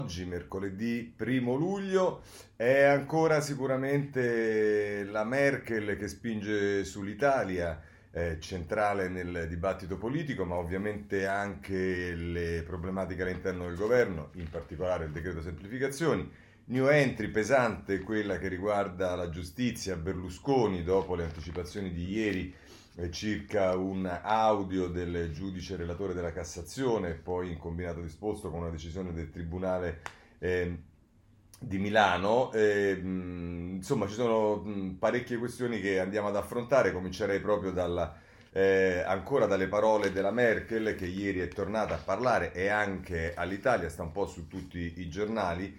Oggi, mercoledì 1 luglio, è ancora sicuramente la Merkel che spinge sull'Italia, centrale nel dibattito politico, ma ovviamente anche le problematiche all'interno del governo, in particolare il decreto semplificazioni. New entry pesante quella che riguarda la giustizia, Berlusconi, dopo le anticipazioni di ieri circa un audio del giudice relatore della Cassazione, poi in combinato disposto con una decisione del Tribunale eh, di Milano. Insomma, ci sono parecchie questioni che andiamo ad affrontare. Comincerei proprio ancora dalle parole della Merkel, che ieri è tornata a parlare e anche all'Italia, sta un po' su tutti i giornali.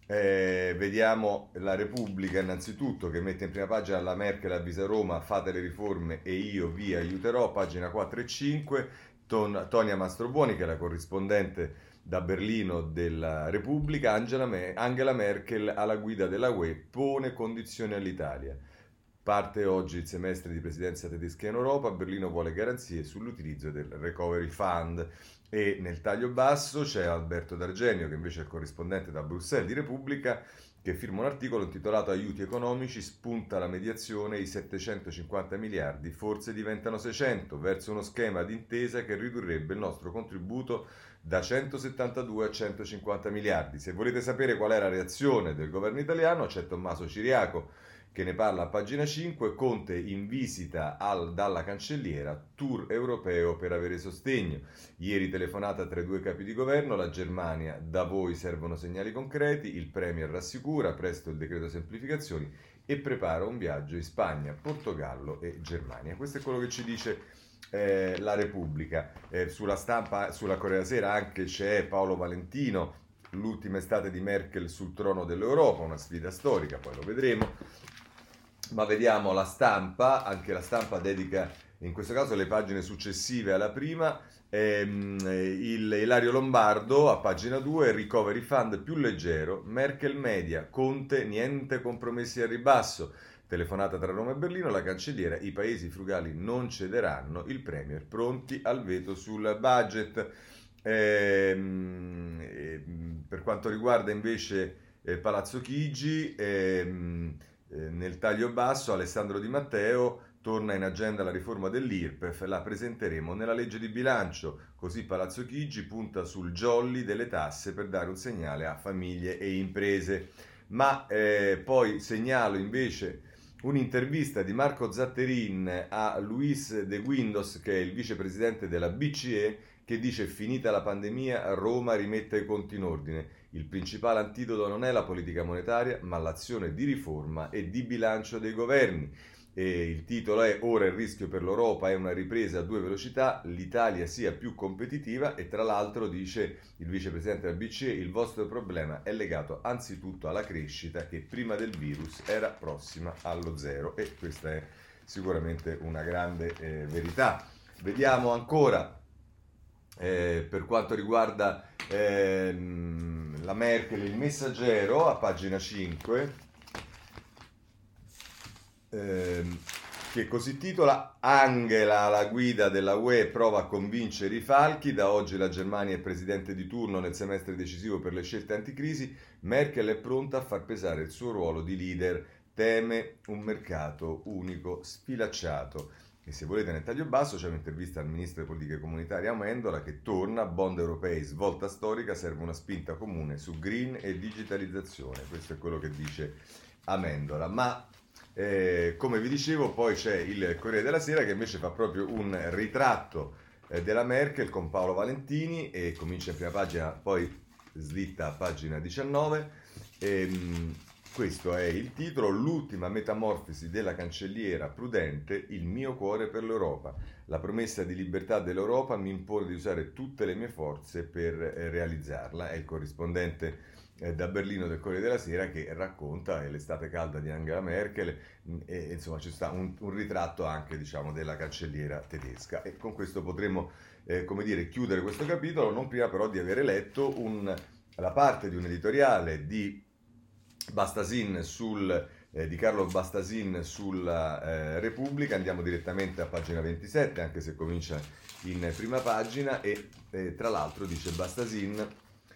Vediamo la Repubblica innanzitutto che mette in prima pagina la Merkel avvisa Roma, fate le riforme e io vi aiuterò, pagina 4 e 5. Tonia Mastrobuoni, che è la corrispondente da Berlino della Repubblica, Angela Merkel alla guida della UE pone condizioni all'Italia. Parte oggi il semestre di presidenza tedesca in Europa, Berlino vuole garanzie sull'utilizzo del Recovery Fund. E nel taglio basso c'è Alberto D'Argenio, che invece è il corrispondente da Bruxelles di Repubblica, che firma un articolo intitolato Aiuti economici, spunta la mediazione, i 750 miliardi forse diventano 600, verso uno schema d'intesa che ridurrebbe il nostro contributo da 172 a 150 miliardi. Se volete sapere qual è la reazione del governo italiano, c'è Tommaso Ciriaco che ne parla a pagina 5, Conte in visita dalla cancelliera, tour europeo per avere sostegno. Ieri telefonata tra i due capi di governo, la Germania, da voi servono segnali concreti, il Premier rassicura, presto il decreto semplificazioni e prepara un viaggio in Spagna, Portogallo e Germania. Questo è quello che ci dice la Repubblica. Sulla stampa, sulla Corriere della Sera anche c'è Paolo Valentino, l'ultima estate di Merkel sul trono dell'Europa, una sfida storica, poi lo vedremo. Ma vediamo la stampa, anche la stampa dedica in questo caso le pagine successive alla prima. Ilario Lombardo a pagina 2, Recovery Fund più leggero, Merkel media, Conte niente compromessi al ribasso, telefonata tra Roma e Berlino, la cancelliera, i paesi frugali non cederanno, il Premier pronti al veto sul budget. Per quanto riguarda invece Palazzo Chigi, nel taglio basso Alessandro Di Matteo torna in agenda la riforma dell'IRPEF, la presenteremo nella legge di bilancio, così Palazzo Chigi punta sul jolly delle tasse per dare un segnale a famiglie e imprese. Ma poi segnalo invece un'intervista di Marco Zatterin a Luis de Guindos, che è il vicepresidente della BCE, che dice finita la pandemia Roma rimette i conti in ordine. Il principale antidoto non è la politica monetaria, ma l'azione di riforma e di bilancio dei governi. E il titolo è Ora il rischio per l'Europa è una ripresa a due velocità, l'Italia sia più competitiva e tra l'altro dice il vicepresidente della BCE il vostro problema è legato anzitutto alla crescita che prima del virus era prossima allo zero e questa è sicuramente una grande verità. Vediamo ancora per quanto riguarda la Merkel, il Messaggero a pagina 5, che così titola Angela alla guida della UE prova a convincere i falchi, da oggi la Germania è presidente di turno nel semestre decisivo per le scelte anticrisi, Merkel è pronta a far pesare il suo ruolo di leader, teme un mercato unico sfilacciato. E se volete nel taglio basso c'è un'intervista al ministro delle politiche comunitarie Amendola che torna, bond europei, svolta storica, serve una spinta comune su green e digitalizzazione, questo è quello che dice Amendola. Ma come vi dicevo poi c'è il Corriere della Sera che invece fa proprio un ritratto della Merkel con Paolo Valentini e comincia in prima pagina, poi slitta a pagina 19. Questo è il titolo, l'ultima metamorfosi della cancelliera prudente, il mio cuore per l'Europa. La promessa di libertà dell'Europa mi impone di usare tutte le mie forze per realizzarla. È il corrispondente da Berlino del Corriere della Sera che racconta l'estate calda di Angela Merkel e insomma ci sta un ritratto anche diciamo della cancelliera tedesca e con questo potremmo come dire chiudere questo capitolo non prima però di avere letto la parte di un editoriale di Bastasin di Carlo Bastasin sulla Repubblica. Andiamo direttamente a pagina 27 anche se comincia in prima pagina e tra l'altro dice Bastasin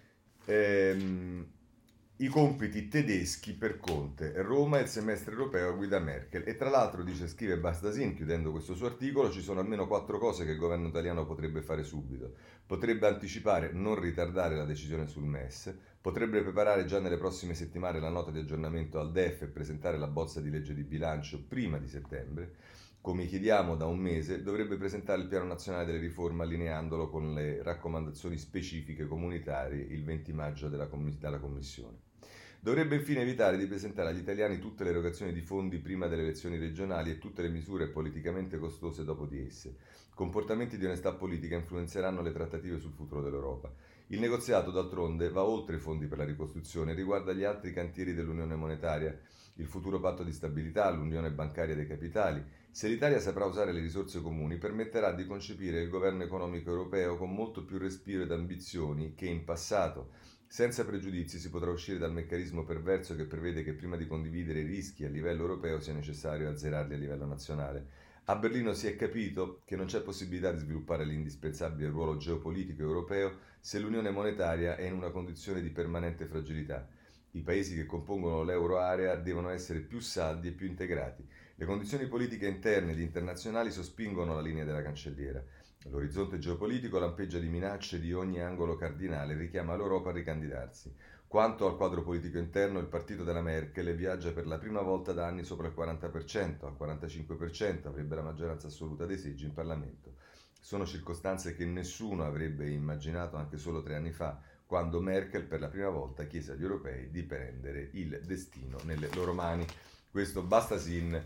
I compiti tedeschi per Conte, Roma e il semestre europeo a guida Merkel. E tra l'altro, scrive Bastasin, chiudendo questo suo articolo, ci sono almeno 4 cose che il governo italiano potrebbe fare subito. Potrebbe anticipare, non ritardare la decisione sul MES, potrebbe preparare già nelle prossime settimane la nota di aggiornamento al DEF e presentare la bozza di legge di bilancio prima di settembre. Come chiediamo da un mese, dovrebbe presentare il piano nazionale delle riforme allineandolo con le raccomandazioni specifiche comunitarie il 20 maggio dalla Commissione. Dovrebbe infine evitare di presentare agli italiani tutte le erogazioni di fondi prima delle elezioni regionali e tutte le misure politicamente costose dopo di esse. Comportamenti di onestà politica influenzeranno le trattative sul futuro dell'Europa. Il negoziato, d'altronde, va oltre i fondi per la ricostruzione e riguarda gli altri cantieri dell'Unione monetaria, il futuro patto di stabilità, l'Unione bancaria dei capitali. Se l'Italia saprà usare le risorse comuni, permetterà di concepire il governo economico europeo con molto più respiro ed ambizioni che in passato. Senza pregiudizi si potrà uscire dal meccanismo perverso che prevede che prima di condividere i rischi a livello europeo sia necessario azzerarli a livello nazionale. A Berlino si è capito che non c'è possibilità di sviluppare l'indispensabile ruolo geopolitico europeo se l'unione monetaria è in una condizione di permanente fragilità. I paesi che compongono l'euroarea devono essere più saldi e più integrati. Le condizioni politiche interne ed internazionali sospingono la linea della cancelliera. L'orizzonte geopolitico lampeggia di minacce di ogni angolo cardinale e richiama l'Europa a ricandidarsi. Quanto al quadro politico interno, il partito della Merkel viaggia per la prima volta da anni sopra il 40%, al 45% avrebbe la maggioranza assoluta dei seggi in Parlamento. Sono circostanze che nessuno avrebbe immaginato anche solo 3 anni fa, quando Merkel per la prima volta chiese agli europei di prendere il destino nelle loro mani. Questo Bastasin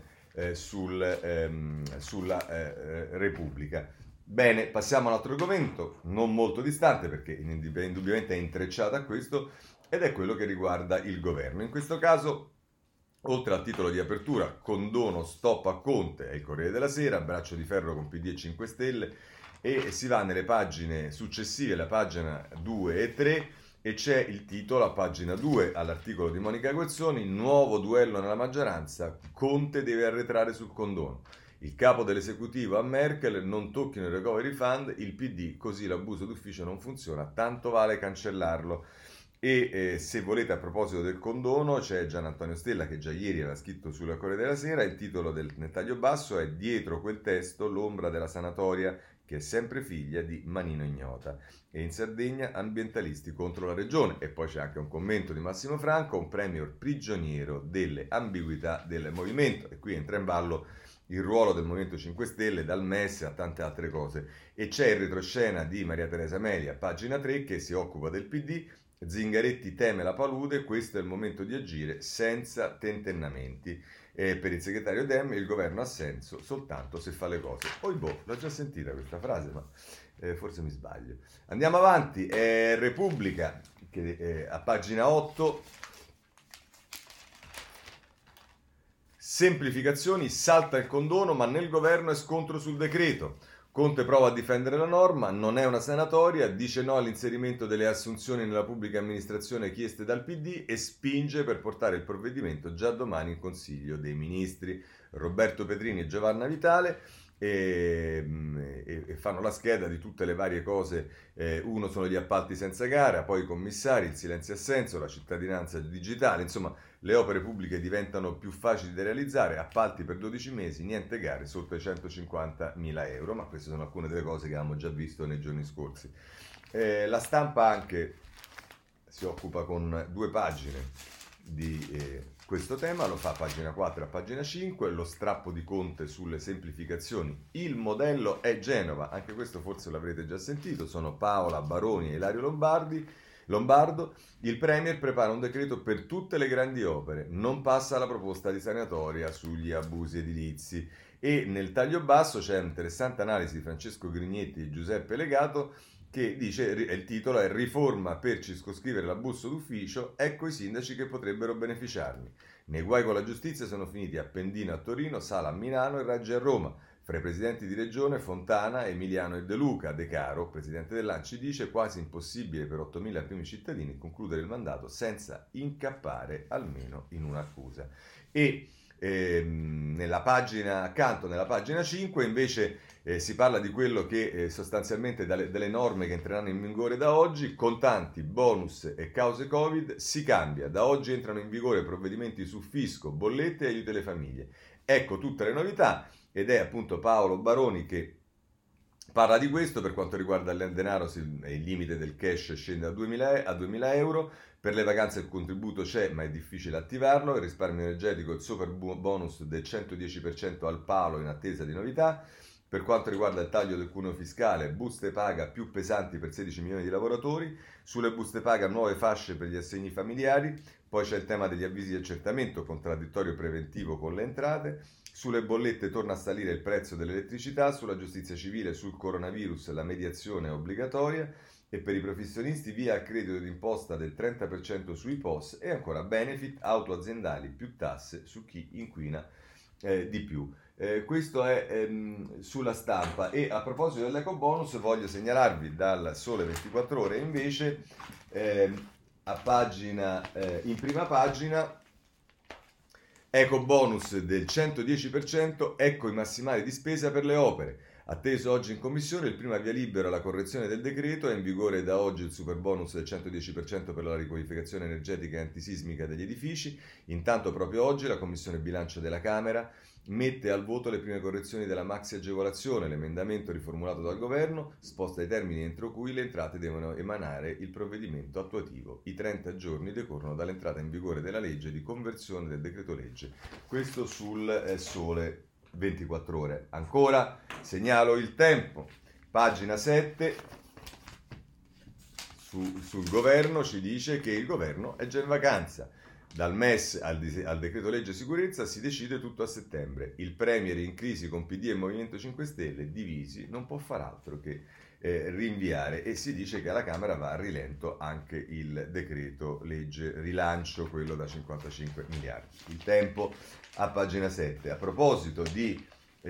sulla Repubblica. Bene, passiamo all'altro argomento, non molto distante perché indubbiamente è intrecciato a questo, ed è quello che riguarda il governo. In questo caso, oltre al titolo di apertura, condono stop a Conte, è il Corriere della Sera, braccio di ferro con PD e 5 Stelle, e si va nelle pagine successive, la pagina 2 e 3, e c'è il titolo a pagina 2 all'articolo di Monica Guerzoni, nuovo duello nella maggioranza, Conte deve arretrare sul condono. Il capo dell'esecutivo a Merkel, non tocchino il recovery fund, il PD, così l'abuso d'ufficio non funziona, tanto vale cancellarlo. E se volete, a proposito del condono, c'è Gian Antonio Stella che già ieri aveva scritto sulla Corriere della Sera, il titolo nel taglio basso è Dietro quel testo l'ombra della sanatoria che è sempre figlia di Manino Ignota. E in Sardegna ambientalisti contro la regione. E poi c'è anche un commento di Massimo Franco, un premier prigioniero delle ambiguità del movimento. E qui entra in ballo il ruolo del Movimento 5 Stelle, dal MES a tante altre cose. E c'è il retroscena di Maria Teresa Meli a pagina 3 che si occupa del PD. Zingaretti teme la palude, questo è il momento di agire senza tentennamenti. Per il segretario Dem il governo ha senso soltanto se fa le cose. Poi l'ho già sentita questa frase, ma forse mi sbaglio. Andiamo avanti, Repubblica, che a pagina 8... Semplificazioni, salta il condono, ma nel governo è scontro sul decreto. Conte prova a difendere la norma, non è una sanatoria, dice no all'inserimento delle assunzioni nella pubblica amministrazione chieste dal PD e spinge per portare il provvedimento già domani in Consiglio dei Ministri. Roberto Petrini e Giovanna Vitale e fanno la scheda di tutte le varie cose. Uno sono gli appalti senza gara, poi i commissari, il silenzio assenso, la cittadinanza digitale, insomma le opere pubbliche diventano più facili da realizzare, appalti per 12 mesi, niente gare sotto i 150.000 euro, ma queste sono alcune delle cose che avevamo già visto nei giorni scorsi. La Stampa anche si occupa con 2 pagine di questo tema, lo fa a pagina 4 e a pagina 5, lo strappo di Conte sulle semplificazioni, il modello è Genova, anche questo forse l'avrete già sentito, sono Paola Baroni e Ilario Lombardo, il Premier prepara un decreto per tutte le grandi opere, non passa la proposta di sanatoria sugli abusi edilizi. E nel taglio basso c'è un'interessante analisi di Francesco Grignetti e Giuseppe Legato che dice, il titolo è Riforma per circoscrivere l'abuso d'ufficio, ecco i sindaci che potrebbero beneficiarne. Nei guai con la giustizia sono finiti Appendino a Torino, Sala a Milano e Raggi a Roma. Fra i presidenti di regione Fontana, Emiliano e De Luca. De Caro, presidente dell'ANCI, dice quasi impossibile per 8.000 primi cittadini concludere il mandato senza incappare almeno in un'accusa. E Nella pagina accanto, nella pagina 5, invece si parla di quello che sostanzialmente delle norme che entreranno in vigore da oggi: contanti, bonus e cause Covid, si cambia. Da oggi entrano in vigore provvedimenti su fisco, bollette e aiuti alle famiglie. Ecco tutte le novità, ed è appunto Paolo Baroni che parla di questo. Per quanto riguarda il denaro, il limite del cash scende a 2000 euro. Per le vacanze il contributo c'è, ma è difficile attivarlo. Il risparmio energetico, il super bonus del 110% al palo in attesa di novità. Per quanto riguarda il taglio del cuneo fiscale, buste paga più pesanti per 16 milioni di lavoratori. Sulle buste paga nuove fasce per gli assegni familiari. Poi c'è il tema degli avvisi di accertamento, contraddittorio preventivo con le entrate. Sulle bollette torna a salire il prezzo dell'elettricità. Sulla giustizia civile, sul coronavirus, la mediazione è obbligatoria. E per i professionisti via credito d'imposta del 30% sui POS, e ancora benefit auto aziendali più tasse su chi inquina di più. Questo è sulla stampa. E a proposito dell'eco bonus, voglio segnalarvi dal Sole 24 Ore invece, in prima pagina, eco bonus del 110%, ecco i massimali di spesa per le opere. Atteso oggi in commissione il primo via libera alla correzione del decreto. È in vigore da oggi il super bonus del 110% per la riqualificazione energetica e antisismica degli edifici. Intanto proprio oggi la commissione bilancio della Camera mette al voto le prime correzioni della maxi agevolazione. L'emendamento riformulato dal governo sposta i termini entro cui le entrate devono emanare il provvedimento attuativo. I 30 giorni decorrono dall'entrata in vigore della legge di conversione del decreto legge. Questo sul Sole 24 Ore. Ancora segnalo Il Tempo, pagina 7, sul governo ci dice che il governo è già in vacanza. Dal MES al decreto legge sicurezza si decide tutto a settembre. Il Premier in crisi con PD e Movimento 5 Stelle divisi non può far altro che rinviare, e si dice che alla Camera va a rilento anche il decreto legge rilancio, quello da 55 miliardi. Il Tempo a pagina 7. A proposito di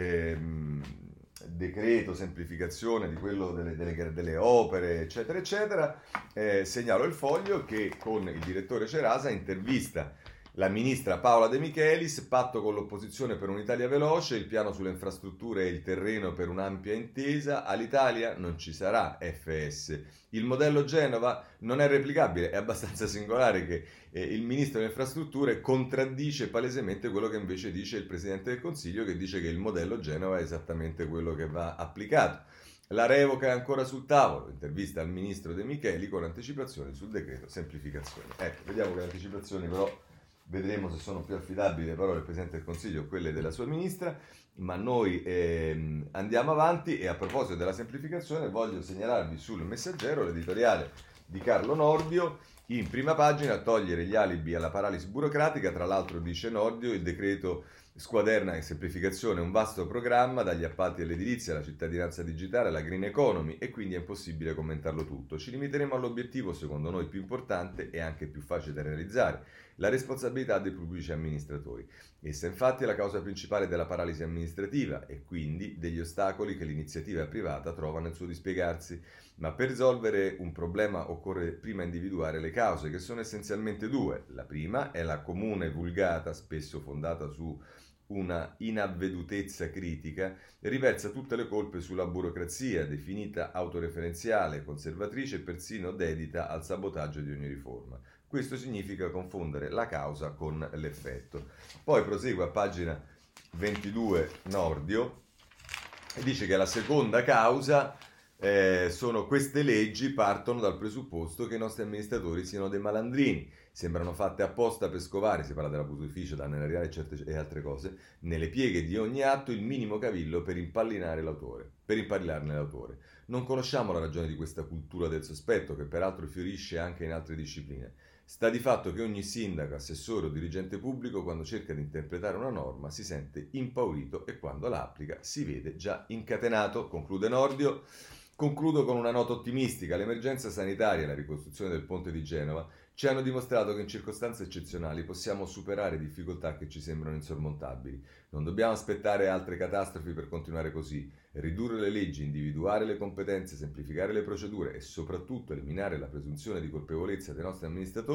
decreto semplificazione di quello delle opere eccetera eccetera, segnalo Il Foglio che con il direttore Cerasa intervista la ministra Paola De Michelis. Patto con l'opposizione per un'Italia veloce, il piano sulle infrastrutture e il terreno per un'ampia intesa. All'Italia non ci sarà FS. Il modello Genova non è replicabile. È abbastanza singolare che il ministro delle infrastrutture contraddice palesemente quello che invece dice il Presidente del Consiglio, che dice che il modello Genova è esattamente quello che va applicato. La revoca è ancora sul tavolo. Intervista al ministro De Micheli con anticipazioni sul decreto semplificazione. Ecco, vediamo che le anticipazioni però vedremo se sono più affidabili le parole del Presidente del Consiglio o quelle della sua ministra, ma noi andiamo avanti. E a proposito della semplificazione voglio segnalarvi sul Messaggero l'editoriale di Carlo Nordio. In prima pagina, togliere gli alibi alla paralisi burocratica. Tra l'altro, dice Nordio, il decreto squaderna e semplificazione è un vasto programma, dagli appalti all'edilizia, alla cittadinanza digitale, alla green economy, e quindi è impossibile commentarlo tutto. Ci limiteremo all'obiettivo, secondo noi, più importante e anche più facile da realizzare: la responsabilità dei pubblici amministratori. Essa infatti è la causa principale della paralisi amministrativa e quindi degli ostacoli che l'iniziativa privata trova nel suo dispiegarsi. Ma per risolvere un problema occorre prima individuare le cause, che sono essenzialmente due. La prima è la comune vulgata, spesso fondata su una inavvedutezza critica, riversa tutte le colpe sulla burocrazia, definita autoreferenziale, conservatrice e persino dedita al sabotaggio di ogni riforma. Questo significa confondere la causa con l'effetto. Poi prosegue a pagina 22 Nordio e dice che la seconda causa sono queste leggi, partono dal presupposto che i nostri amministratori siano dei malandrini, sembrano fatte apposta per scovare, si parla dell'abuso d'ufficio, danno erariale e altre cose, nelle pieghe di ogni atto il minimo cavillo per impallinarne l'autore. Non conosciamo la ragione di questa cultura del sospetto, che peraltro fiorisce anche in altre discipline. Sta di fatto che ogni sindaco, assessore o dirigente pubblico, quando cerca di interpretare una norma, si sente impaurito e quando la applica si vede già incatenato, conclude Nordio. Concludo con una nota ottimistica. L'emergenza sanitaria e la ricostruzione del ponte di Genova ci hanno dimostrato che in circostanze eccezionali possiamo superare difficoltà che ci sembrano insormontabili. Non dobbiamo aspettare altre catastrofi per continuare così. Ridurre le leggi, individuare le competenze, semplificare le procedure e soprattutto eliminare la presunzione di colpevolezza dei nostri amministratori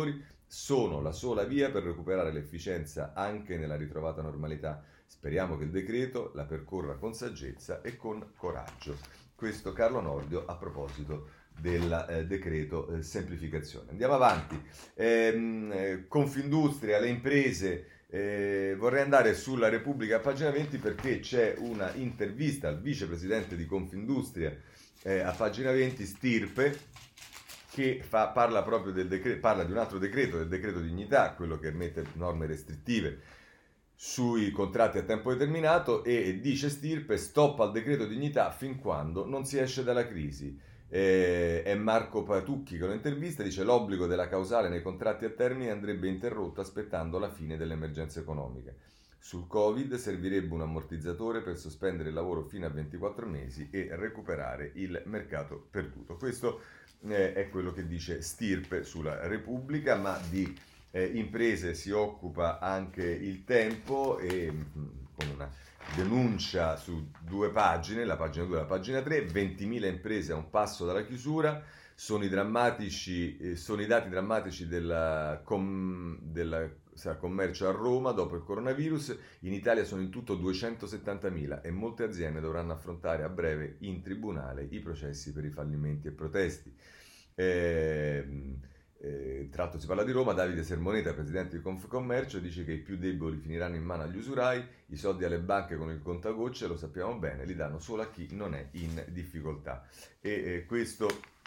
sono la sola via per recuperare l'efficienza anche nella ritrovata normalità. Speriamo che il decreto la percorra con saggezza e con coraggio. Questo Carlo Nordio a proposito del decreto semplificazione. Andiamo avanti. Confindustria, le imprese. Vorrei andare sulla Repubblica a pagina 20 perché c'è una intervista al vicepresidente di Confindustria a pagina 20, Stirpe, che parla proprio parla di un altro decreto, del decreto dignità, quello che mette norme restrittive sui contratti a tempo determinato, e dice Stirpe: stop al decreto dignità fin quando non si esce dalla crisi. È Marco Patucchi che lo intervista, dice: l'obbligo della causale nei contratti a termine andrebbe interrotto aspettando la fine dell'emergenza economica. Sul Covid servirebbe un ammortizzatore per sospendere il lavoro fino a 24 mesi e recuperare il mercato perduto. Questo è quello che dice Stirpe sulla Repubblica, ma di imprese si occupa anche Il Tempo, e con una denuncia su 2 pagine, la pagina 2 e la pagina 3, 20.000 imprese a un passo dalla chiusura, sono i dati drammatici del commercio a Roma dopo il coronavirus. In Italia sono in tutto 270.000 e molte aziende dovranno affrontare a breve in tribunale i processi per i fallimenti e protesti. Tra l'altro si parla di Roma. Davide Sermoneta, presidente di Confcommercio, dice che i più deboli finiranno in mano agli usurai, i soldi alle banche con il contagocce, lo sappiamo bene, li danno solo a chi non è in difficoltà. E questo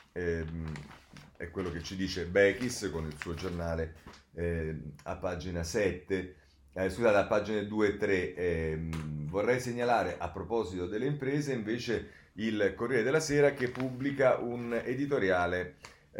è quello che ci dice Bechis con il suo giornale a pagina 7. Scusate, a pagine 2 e 3. Vorrei segnalare, a proposito delle imprese, invece, il Corriere della Sera, che pubblica un editoriale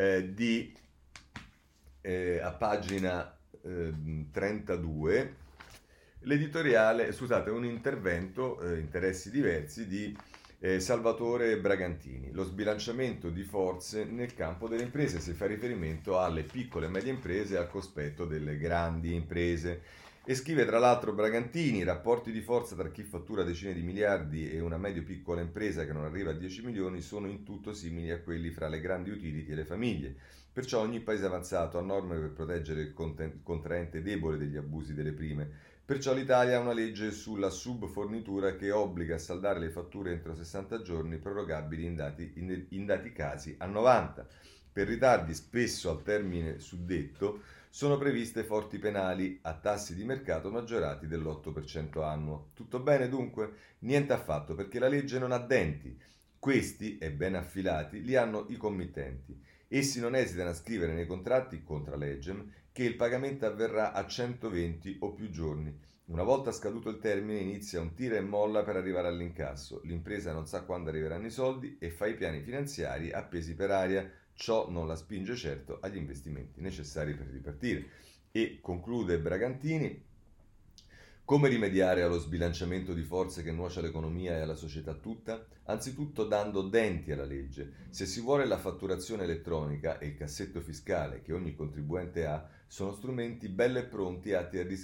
a pagina 32. L'editoriale, scusate, un intervento, interessi diversi, di Salvatore Bragantini. Lo sbilanciamento di forze nel campo delle imprese. Si fa riferimento alle piccole e medie imprese e al cospetto delle grandi imprese. E scrive tra l'altro Bragantini: rapporti di forza tra chi fattura decine di miliardi e una medio-piccola impresa che non arriva a 10 milioni sono in tutto simili a quelli fra le grandi utility e le famiglie. Perciò ogni paese avanzato ha norme per proteggere il contraente debole degli abusi delle prime. Perciò l'Italia ha una legge sulla subfornitura che obbliga a saldare le fatture entro 60 giorni, prorogabili in dati casi a 90. Per ritardi, spesso al termine suddetto, sono previste forti penali a tassi di mercato maggiorati dell'8% annuo. Tutto bene dunque? Niente affatto, perché la legge non ha denti. Questi, e ben affilati, li hanno i committenti. Essi non esitano a scrivere nei contratti, contra legem, che il pagamento avverrà a 120 o più giorni. Una volta scaduto il termine inizia un tira e molla per arrivare all'incasso. L'impresa non sa quando arriveranno i soldi e fa i piani finanziari appesi per aria. Ciò non la spinge certo agli investimenti necessari per ripartire. E conclude Bragantini: come rimediare allo sbilanciamento di forze che nuoce all'economia e alla società tutta? Anzitutto dando denti alla legge. Se si vuole, la fatturazione elettronica e il cassetto fiscale che ogni contribuente ha sono strumenti belli e pronti atti a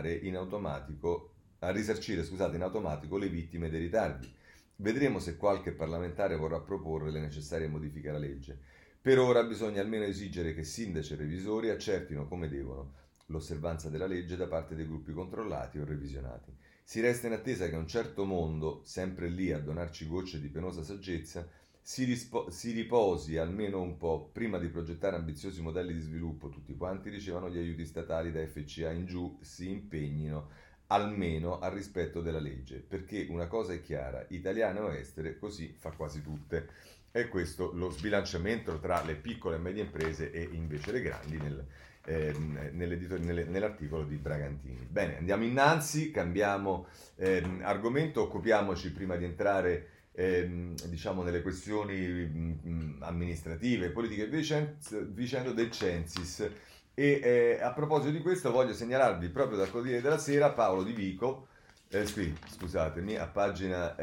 risarcire in automatico le vittime dei ritardi. Vedremo se qualche parlamentare vorrà proporre le necessarie modifiche alla legge. Per ora bisogna almeno esigere che sindaci e revisori accertino come devono l'osservanza della legge da parte dei gruppi controllati o revisionati. Si resta in attesa che un certo mondo, sempre lì a donarci gocce di penosa saggezza, si riposi almeno un po' prima di progettare ambiziosi modelli di sviluppo. Tutti quanti ricevano gli aiuti statali da FCA in giù, si impegnino almeno al rispetto della legge, perché una cosa è chiara: italiane o estere, così fa quasi tutte. E questo lo sbilanciamento tra le piccole e medie imprese e invece le grandi nell'articolo di Bragantini. Bene, andiamo innanzi, cambiamo argomento, occupiamoci, prima di entrare nelle questioni amministrative, politiche e vicende, del Censis. E a proposito di questo voglio segnalarvi proprio dal Corriere della Sera Paolo Di Vico, scusatemi, a pagina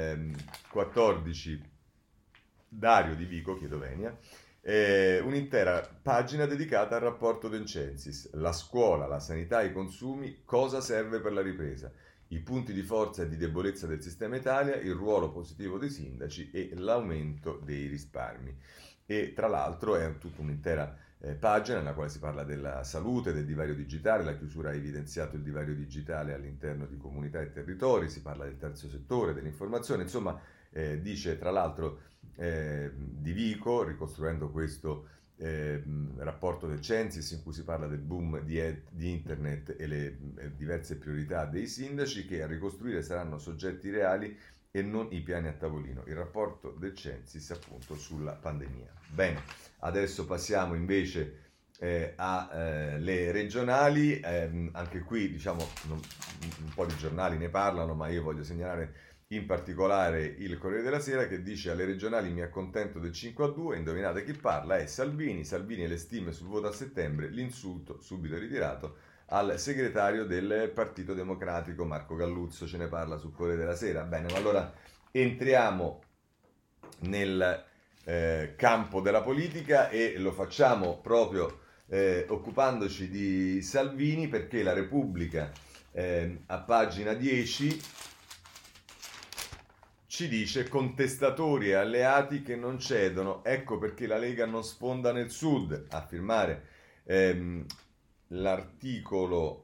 14, Dario Di Vico, chiedo venia, un'intera pagina dedicata al rapporto del Censis: la scuola, la sanità, i consumi, cosa serve per la ripresa, i punti di forza e di debolezza del sistema Italia, il ruolo positivo dei sindaci e l'aumento dei risparmi. E tra l'altro è tutta un'intera pagina nella quale si parla della salute, del divario digitale. La chiusura ha evidenziato il divario digitale all'interno di comunità e territori, si parla del terzo settore, dell'informazione, insomma dice tra l'altro Di Vico, ricostruendo questo rapporto del Censis in cui si parla del boom di internet e le diverse priorità dei sindaci, che a ricostruire saranno soggetti reali e non i piani a tavolino. Il rapporto del Censis appunto sulla pandemia. Bene, adesso passiamo invece alle regionali. Anche qui diciamo un po' di giornali ne parlano, ma io voglio segnalare in particolare il Corriere della Sera, che dice: alle regionali mi accontento del 5-2, indovinate chi parla? È Salvini e le stime sul voto a settembre, l'insulto subito ritirato al segretario del Partito Democratico Marco Galluzzo, ce ne parla sul Corriere della Sera. Bene, ma allora entriamo nel campo della politica e lo facciamo proprio occupandoci di Salvini, perché la Repubblica a pagina 10 ci dice: contestatori e alleati che non cedono, ecco perché la Lega non sfonda nel sud. A firmare l'articolo,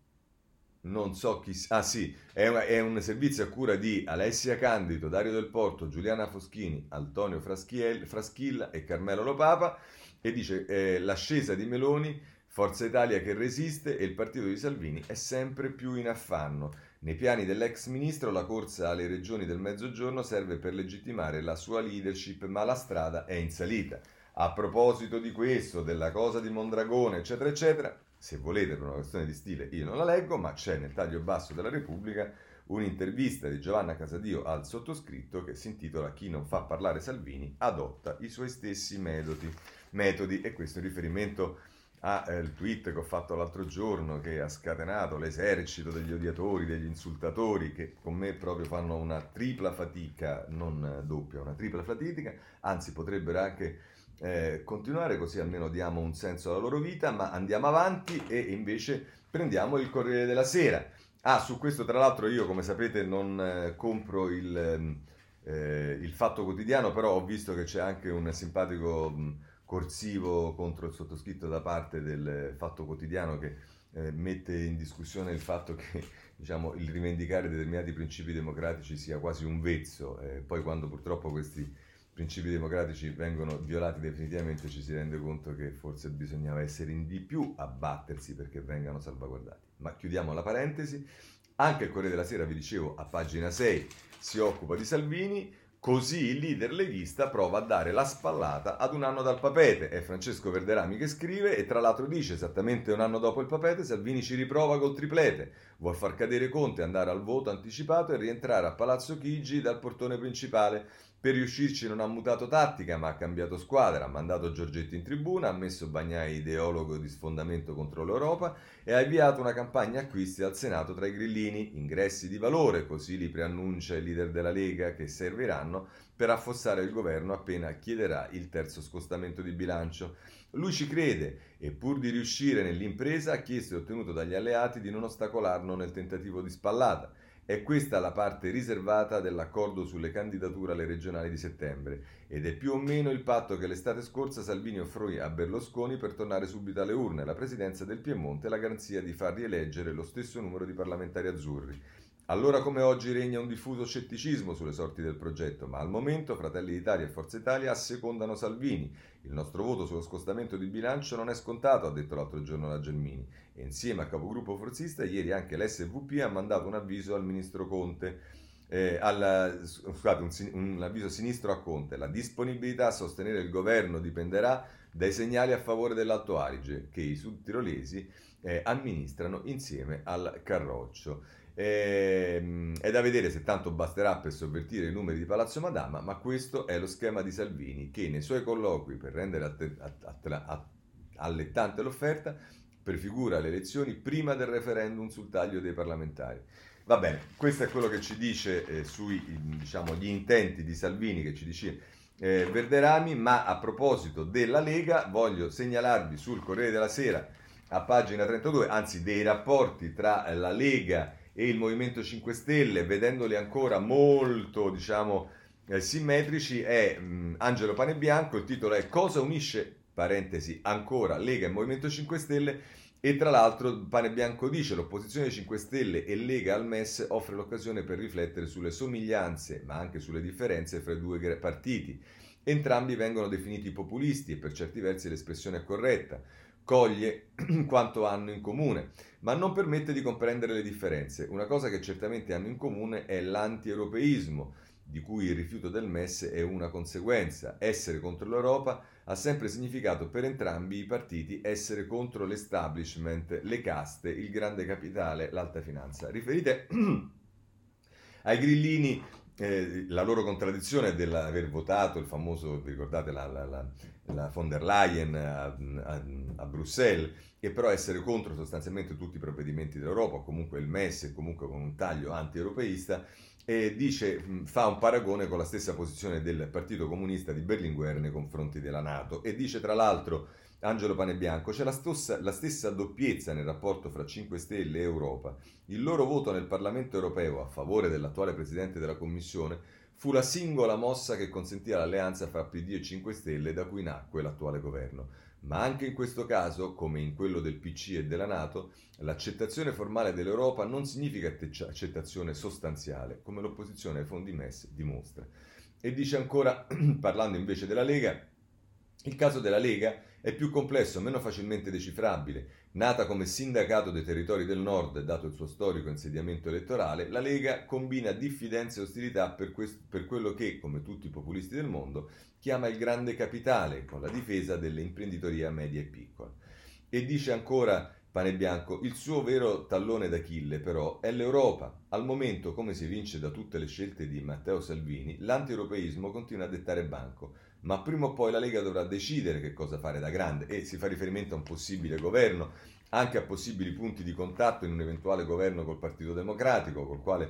non so chi, ah sì, è un servizio a cura di Alessia Candido, Dario Del Porto, Giuliana Foschini, Antonio Fraschilla e Carmelo Lopapa, e dice l'ascesa di Meloni, Forza Italia che resiste e il partito di Salvini è sempre più in affanno. Nei piani dell'ex ministro la corsa alle regioni del Mezzogiorno serve per legittimare la sua leadership, ma la strada è in salita. A proposito di questo, della cosa di Mondragone, eccetera, eccetera, se volete per una questione di stile io non la leggo, ma c'è nel taglio basso della Repubblica un'intervista di Giovanna Casadio al sottoscritto che si intitola: chi non fa parlare Salvini adotta i suoi stessi metodi, e questo in riferimento al tweet che ho fatto l'altro giorno, che ha scatenato l'esercito degli odiatori, degli insultatori, che con me proprio fanno una tripla fatica, non doppia, una tripla fatica, anzi potrebbero anche continuare, così almeno diamo un senso alla loro vita. Ma andiamo avanti e invece prendiamo il Corriere della Sera. Su questo tra l'altro io, come sapete, non compro il Fatto Quotidiano, però ho visto che c'è anche un simpatico corsivo contro il sottoscritto da parte del Fatto Quotidiano, che mette in discussione il fatto che diciamo, il rivendicare determinati principi democratici sia quasi un vezzo. Poi quando purtroppo questi principi democratici vengono violati definitivamente ci si rende conto che forse bisognava essere in di più a battersi perché vengano salvaguardati. Ma chiudiamo la parentesi. Anche il Corriere della Sera, vi dicevo, a pagina 6 si occupa di Salvini. Così il leader leghista prova a dare la spallata ad un anno dal papete. È Francesco Verderami che scrive, e tra l'altro dice: esattamente un anno dopo il papete Salvini ci riprova col triplete, vuol far cadere Conte, andare al voto anticipato e rientrare a Palazzo Chigi dal portone principale. Per riuscirci non ha mutato tattica, ma ha cambiato squadra, ha mandato Giorgetti in tribuna, ha messo Bagnai ideologo di sfondamento contro l'Europa e ha avviato una campagna acquisti al Senato tra i grillini, ingressi di valore, così li preannuncia il leader della Lega, che serviranno per affossare il governo appena chiederà il terzo scostamento di bilancio. Lui ci crede e pur di riuscire nell'impresa ha chiesto e ottenuto dagli alleati di non ostacolarlo nel tentativo di spallata. È questa la parte riservata dell'accordo sulle candidature alle regionali di settembre, ed è più o meno il patto che l'estate scorsa Salvini offrì a Berlusconi per tornare subito alle urne, la presidenza del Piemonte e la garanzia di far rieleggere lo stesso numero di parlamentari azzurri. Allora come oggi regna un diffuso scetticismo sulle sorti del progetto, ma al momento Fratelli d'Italia e Forza Italia assecondano Salvini. Il nostro voto sullo scostamento di bilancio non è scontato, ha detto l'altro giorno la Gelmini. E insieme al capogruppo forzista ieri anche l'SVP ha mandato un avviso al ministro Conte, un avviso sinistro a Conte. La disponibilità a sostenere il governo dipenderà dai segnali a favore dell'Alto Adige che i sudtirolesi amministrano insieme al Carroccio. È da vedere se tanto basterà per sovvertire i numeri di Palazzo Madama, ma questo è lo schema di Salvini, che nei suoi colloqui, per rendere allettante l'offerta, prefigura le elezioni prima del referendum sul taglio dei parlamentari. Va bene, questo è quello che ci dice sui diciamo, gli intenti di Salvini, che ci dice Verderami. Ma a proposito della Lega voglio segnalarvi sul Corriere della Sera a pagina 32, anzi dei rapporti tra la Lega e il Movimento 5 Stelle, vedendoli ancora molto diciamo simmetrici, è Angelo Panebianco, il titolo è: cosa unisce parentesi ancora Lega e Movimento 5 Stelle. E tra l'altro Panebianco dice l'opposizione 5 Stelle e Lega al MES offre l'occasione per riflettere sulle somiglianze ma anche sulle differenze fra i due partiti. Entrambi vengono definiti populisti e per certi versi l'espressione è corretta, coglie quanto hanno in comune, ma non permette di comprendere le differenze. Una cosa che certamente hanno in comune è l'anti-europeismo, di cui il rifiuto del MES è una conseguenza. Essere contro l'Europa ha sempre significato per entrambi i partiti essere contro l'establishment, le caste, il grande capitale, l'alta finanza. Riferite ai grillini la loro contraddizione dell'aver votato il famoso, vi ricordate la von der Leyen a Bruxelles, e però essere contro sostanzialmente tutti i provvedimenti dell'Europa, comunque il MES, e comunque con un taglio anti-europeista, e dice, fa un paragone con la stessa posizione del Partito Comunista di Berlinguer nei confronti della NATO, e dice tra l'altro Angelo Panebianco, c'è la stessa doppiezza nel rapporto fra 5 Stelle e Europa. Il loro voto nel Parlamento europeo a favore dell'attuale Presidente della Commissione fu la singola mossa che consentì l'alleanza fra PD e 5 Stelle da cui nacque l'attuale governo. Ma anche in questo caso, come in quello del PC e della NATO, l'accettazione formale dell'Europa non significa accettazione sostanziale, come l'opposizione ai fondi MES dimostra. E dice ancora, parlando invece della Lega, il caso della Lega è più complesso, meno facilmente decifrabile. Nata come sindacato dei territori del nord, dato il suo storico insediamento elettorale, la Lega combina diffidenza e ostilità per quello che, come tutti i populisti del mondo, chiama il grande capitale, con la difesa dell'imprenditoria media e piccola. E dice ancora Panebianco, il suo vero tallone d'Achille però è l'Europa. Al momento, come si evince da tutte le scelte di Matteo Salvini, l'antieuropeismo continua a dettare banco, ma prima o poi la Lega dovrà decidere che cosa fare da grande, e si fa riferimento a un possibile governo, anche a possibili punti di contatto in un eventuale governo col Partito Democratico, col quale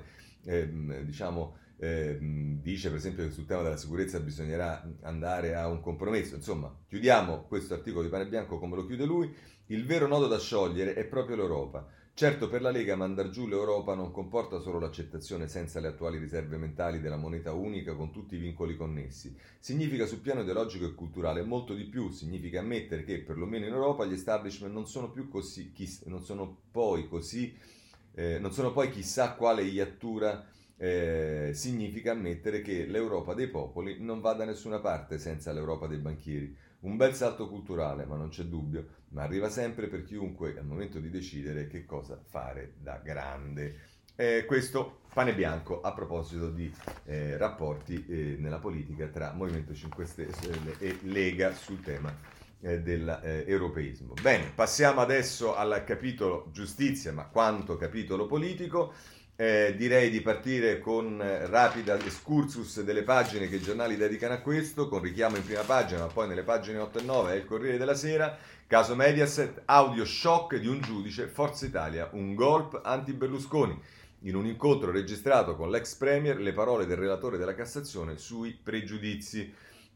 dice per esempio che sul tema della sicurezza bisognerà andare a un compromesso. Insomma, chiudiamo questo articolo di Panebianco come lo chiude lui. Il vero nodo da sciogliere è proprio l'Europa. Certo, per la Lega mandar giù l'Europa non comporta solo l'accettazione senza le attuali riserve mentali della moneta unica con tutti i vincoli connessi. Significa sul piano ideologico e culturale molto di più, significa ammettere che perlomeno in Europa gli establishment non sono più così, non sono poi chissà quale iattura. Significa ammettere che l'Europa dei popoli non va da nessuna parte senza l'Europa dei banchieri. Un bel salto culturale, ma non c'è dubbio, ma arriva sempre per chiunque al momento di decidere che cosa fare da grande. Questo Panebianco a proposito di rapporti nella politica tra Movimento 5 Stelle e Lega sul tema dell'europeismo. Bene, passiamo adesso al capitolo giustizia, ma quanto capitolo politico. Direi di partire con rapida excursus delle pagine che i giornali dedicano a questo, con richiamo in prima pagina, ma poi nelle pagine 8 e 9 è il Corriere della Sera. Caso Mediaset, audio shock di un giudice, Forza Italia, un golpe anti-Berlusconi. In un incontro registrato con l'ex premier, le parole del relatore della Cassazione sui pregiudizi.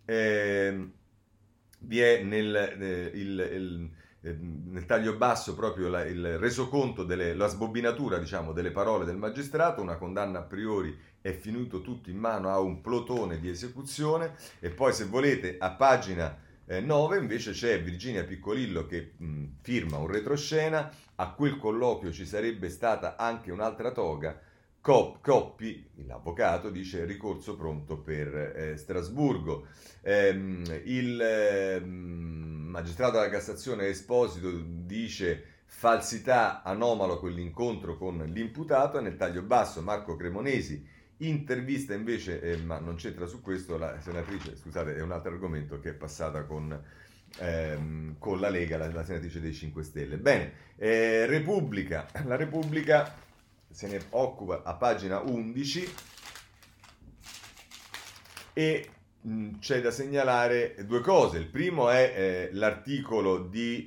Vi è nel taglio basso proprio il resoconto, la sbobbinatura diciamo delle parole del magistrato, una condanna a priori, è finito tutto in mano a un plotone di esecuzione. E poi se volete a pagina 9 invece c'è Virginia Piccolillo che firma un retroscena, a quel colloquio ci sarebbe stata anche un'altra toga. Coppi, l'avvocato, dice ricorso pronto per Strasburgo. Il magistrato della Cassazione Esposito dice falsità, anomalo quell'incontro con l'imputato. E nel taglio basso Marco Cremonesi intervista invece, ma non c'entra su questo, la senatrice, scusate, è un altro argomento che è passata con la Lega, la senatrice dei 5 Stelle. Bene, la Repubblica se ne occupa a pagina 11 e c'è da segnalare due cose. Il primo è l'articolo di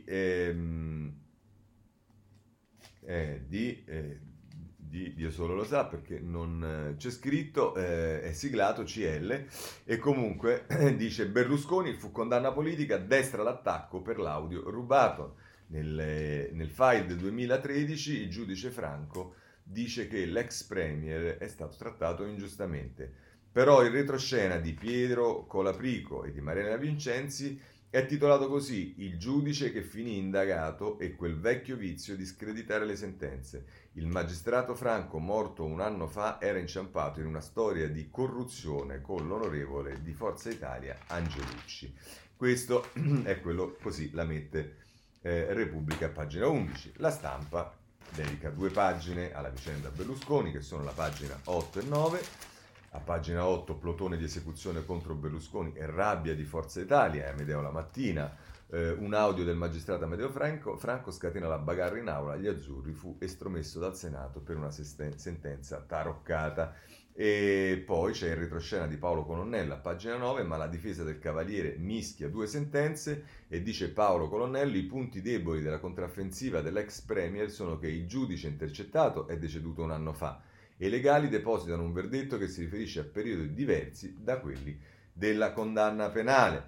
Dio solo lo sa perché non c'è scritto, è siglato CL, e comunque dice Berlusconi fu condanna politica, destra l'attacco per l'audio rubato. Nel file del 2013 il giudice Franco dice che l'ex premier è stato trattato ingiustamente. Però il retroscena di Pietro Colaprico e di Mariana Vincenzi È titolato così: Il giudice che finì indagato e quel vecchio vizio di screditare le sentenze. Il magistrato Franco, morto un anno fa, era inciampato in una storia di corruzione con l'onorevole di Forza Italia Angelucci. Questo è quello, così la mette Repubblica a pagina 11. La Stampa dedica 2 pagine alla vicenda Berlusconi, che sono la pagina 8 e 9. A pagina 8, plotone di esecuzione contro Berlusconi e rabbia di Forza Italia, Amedeo La Mattina. Un audio del magistrato Amedeo Franco scatena la bagarre in aula, gli azzurri fu estromesso dal Senato per una sentenza taroccata. E poi c'è il retroscena di Paolo Colonnello a pagina 9, ma la difesa del Cavaliere mischia 2 sentenze e dice Paolo Colonnello: i punti deboli della contraffensiva dell'ex premier sono che il giudice intercettato è deceduto un anno fa e i legali depositano un verdetto che si riferisce a periodi diversi da quelli della condanna penale.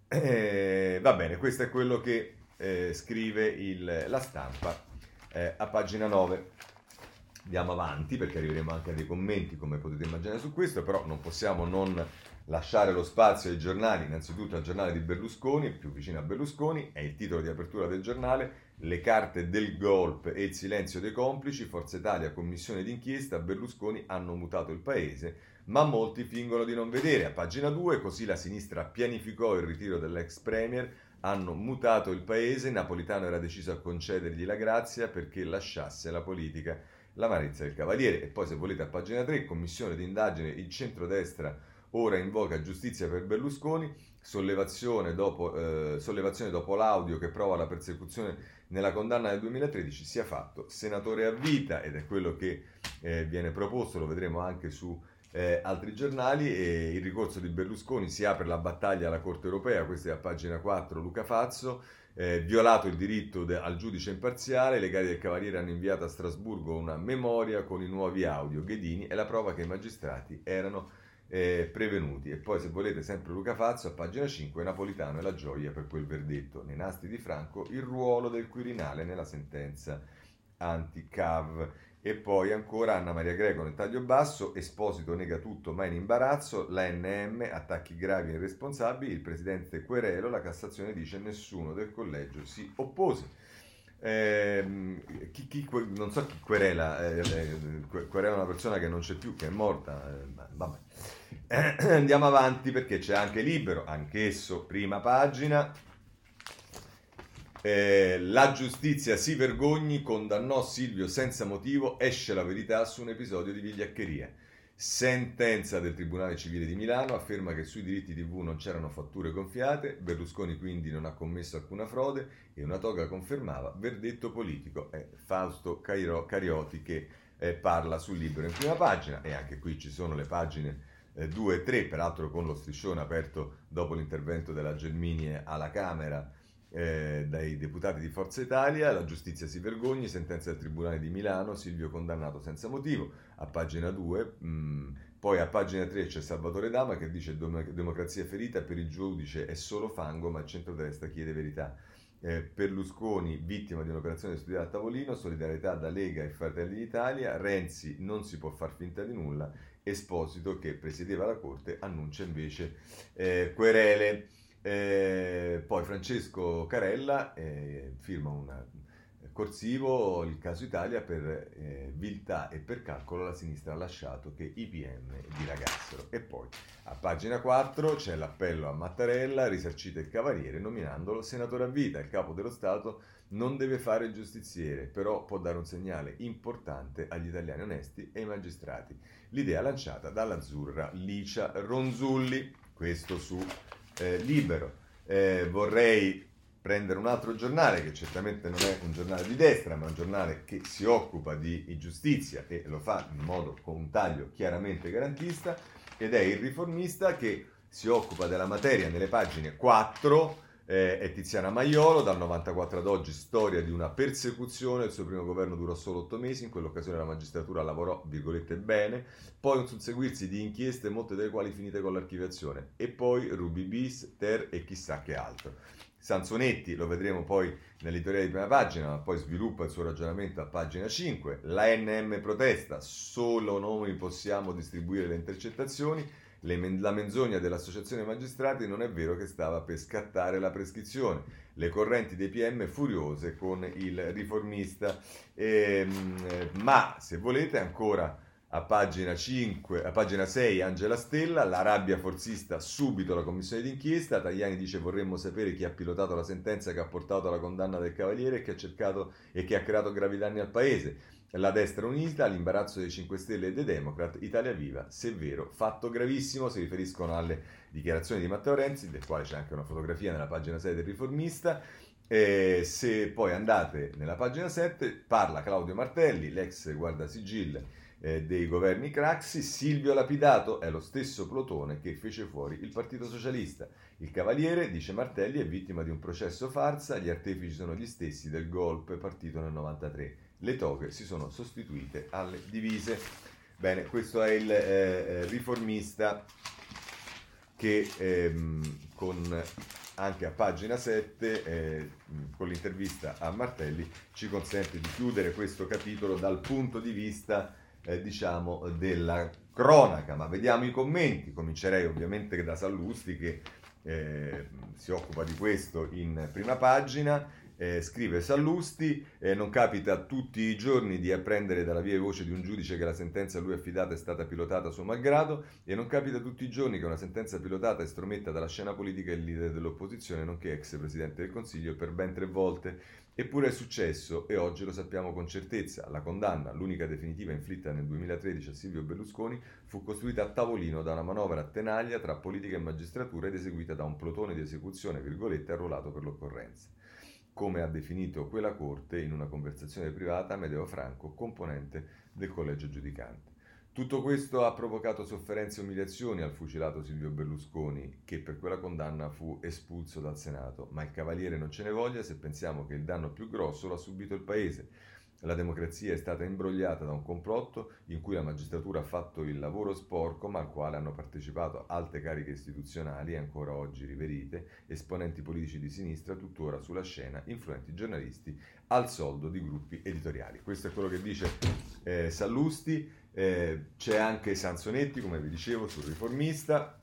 Va bene, questo è quello che scrive la Stampa a pagina 9. Andiamo avanti perché arriveremo anche a dei commenti, come potete immaginare, su questo, però non possiamo non lasciare lo spazio ai giornali. Innanzitutto al giornale di Berlusconi, più vicino a Berlusconi, è il titolo di apertura del giornale: le carte del golpe e il silenzio dei complici, Forza Italia, commissione d'inchiesta, Berlusconi hanno mutato il paese, ma molti fingono di non vedere. A pagina 2, così la sinistra pianificò il ritiro dell'ex premier, hanno mutato il paese, Napolitano era deciso a concedergli la grazia perché lasciasse la politica. La malizia del Cavaliere. E poi, se volete, a pagina 3, commissione d'indagine, il centrodestra ora invoca giustizia per Berlusconi, sollevazione dopo l'audio che prova la persecuzione nella condanna del 2013, sia fatto senatore a vita, ed è quello che viene proposto, lo vedremo anche su altri giornali. E il ricorso di Berlusconi, si apre la battaglia alla Corte Europea, questa è a pagina 4, Luca Fazzo. Violato il diritto al giudice imparziale, i legali del Cavaliere hanno inviato a Strasburgo una memoria con i nuovi audio. Ghedini è la prova che i magistrati erano prevenuti. E poi, se volete, sempre Luca Fazzo a pagina 5, Napolitano e la gioia per quel verdetto. Nei nastri di Franco il ruolo del Quirinale nella sentenza anti-CAV. E poi ancora Anna Maria Greco nel taglio basso: Esposito nega tutto ma in imbarazzo, l'ANM, attacchi gravi e irresponsabili, il presidente Querelo, la Cassazione dice nessuno del collegio si oppose. Non so chi querela, querela una persona che non c'è più, che è morta, vabbè. Andiamo avanti perché c'è anche Libero, anch'esso prima pagina. La giustizia si vergogni, condannò Silvio senza motivo, esce la verità su un episodio di vigliaccheria. Sentenza del Tribunale Civile di Milano afferma che sui diritti TV non c'erano fatture gonfiate, Berlusconi quindi non ha commesso alcuna frode e una toga confermava verdetto politico. È Fausto Carioti che parla sul Libero in prima pagina, e anche qui ci sono le pagine 2 e 3, peraltro con lo striscione aperto dopo l'intervento della Gelmini alla Camera dai deputati di Forza Italia. La giustizia si vergogni, sentenza del Tribunale di Milano, Silvio condannato senza motivo, a pagina 2. Poi a pagina 3 c'è Salvatore Dama che dice democrazia ferita, per il giudice è solo fango ma il centrodestra chiede verità. Berlusconi vittima di un'operazione di studiare a tavolino, solidarietà da Lega e Fratelli d'Italia, Renzi non si può far finta di nulla, Esposito che presiedeva la Corte annuncia invece querele. Poi Francesco Carella firma un corsivo, il caso Italia, per viltà e per calcolo la sinistra ha lasciato che i PM dilagassero. E poi a pagina 4 c'è l'appello a Mattarella: risarcite il Cavaliere nominandolo senatore a vita. Il capo dello Stato non deve fare il giustiziere, però può dare un segnale importante agli italiani onesti e ai magistrati. L'idea lanciata dall'azzurra Licia Ronzulli. Questo su Libero. Vorrei prendere un altro giornale che certamente non è un giornale di destra, ma un giornale che si occupa di giustizia e lo fa in modo con un taglio chiaramente garantista, ed è Il Riformista, che si occupa della materia nelle pagine 4. È Tiziana Maiolo, dal 94 ad oggi, storia di una persecuzione. Il suo primo governo durò solo 8 mesi, in quell'occasione la magistratura lavorò, virgolette, bene, poi un susseguirsi di inchieste, molte delle quali finite con l'archiviazione, e poi Ruby bis, Ter e chissà che altro. Sansonetti lo vedremo poi nell'editoriale di prima pagina, ma poi sviluppa il suo ragionamento a pagina 5. L'ANM protesta, solo noi possiamo distribuire le intercettazioni. La menzogna dell'Associazione Magistrati non è vero che stava per scattare la prescrizione. Le correnti dei PM furiose con il riformista. Ma se volete ancora a pagina 5, a pagina 6 Angela Stella, la rabbia forzista, subito la commissione d'inchiesta. Tajani dice vorremmo sapere chi ha pilotato la sentenza che ha portato alla condanna del Cavaliere e che ha cercato e che ha creato gravi danni al paese. La destra unita, l'imbarazzo dei 5 Stelle e dei Democrat, Italia Viva, se vero, fatto gravissimo. Si riferiscono alle dichiarazioni di Matteo Renzi, del quale c'è anche una fotografia nella pagina 6 del Riformista. Se poi andate nella pagina 7, parla Claudio Martelli, l'ex guardasigille dei governi Craxi. Silvio Lapidato è lo stesso Plotone che fece fuori il Partito Socialista. Il Cavaliere, dice Martelli, è vittima di un processo farsa, gli artefici sono gli stessi del golpe partito nel 93. Le toghe si sono sostituite alle divise. Bene, questo è il Riformista che con anche a pagina 7 con l'intervista a Martelli ci consente di chiudere questo capitolo dal punto di vista diciamo della cronaca. Ma vediamo i commenti. Comincerei ovviamente da Sallusti che si occupa di questo in prima pagina. Scrive Sallusti, non capita tutti i giorni di apprendere dalla viva voce di un giudice che la sentenza a lui affidata è stata pilotata a suo malgrado, e non capita tutti i giorni che una sentenza pilotata estrometta dalla scena politica il leader dell'opposizione, nonché ex presidente del Consiglio, per ben 3 volte. Eppure è successo e oggi lo sappiamo con certezza. La condanna, l'unica definitiva inflitta nel 2013 a Silvio Berlusconi, fu costruita a tavolino da una manovra a tenaglia tra politica e magistratura ed eseguita da un plotone di esecuzione, virgolette, arruolato per l'occorrenza, come ha definito quella corte in una conversazione privata Amedeo Franco, componente del collegio giudicante. Tutto questo ha provocato sofferenze e umiliazioni al fucilato Silvio Berlusconi, che per quella condanna fu espulso dal Senato, ma il Cavaliere non ce ne voglia se pensiamo che il danno più grosso l'ha subito il Paese. La democrazia è stata imbrogliata da un complotto in cui la magistratura ha fatto il lavoro sporco, ma al quale hanno partecipato alte cariche istituzionali, ancora oggi riverite, esponenti politici di sinistra, tuttora sulla scena, influenti giornalisti, al soldo di gruppi editoriali. Questo è quello che dice Sallusti. C'è anche Sansonetti, come vi dicevo, sul Riformista,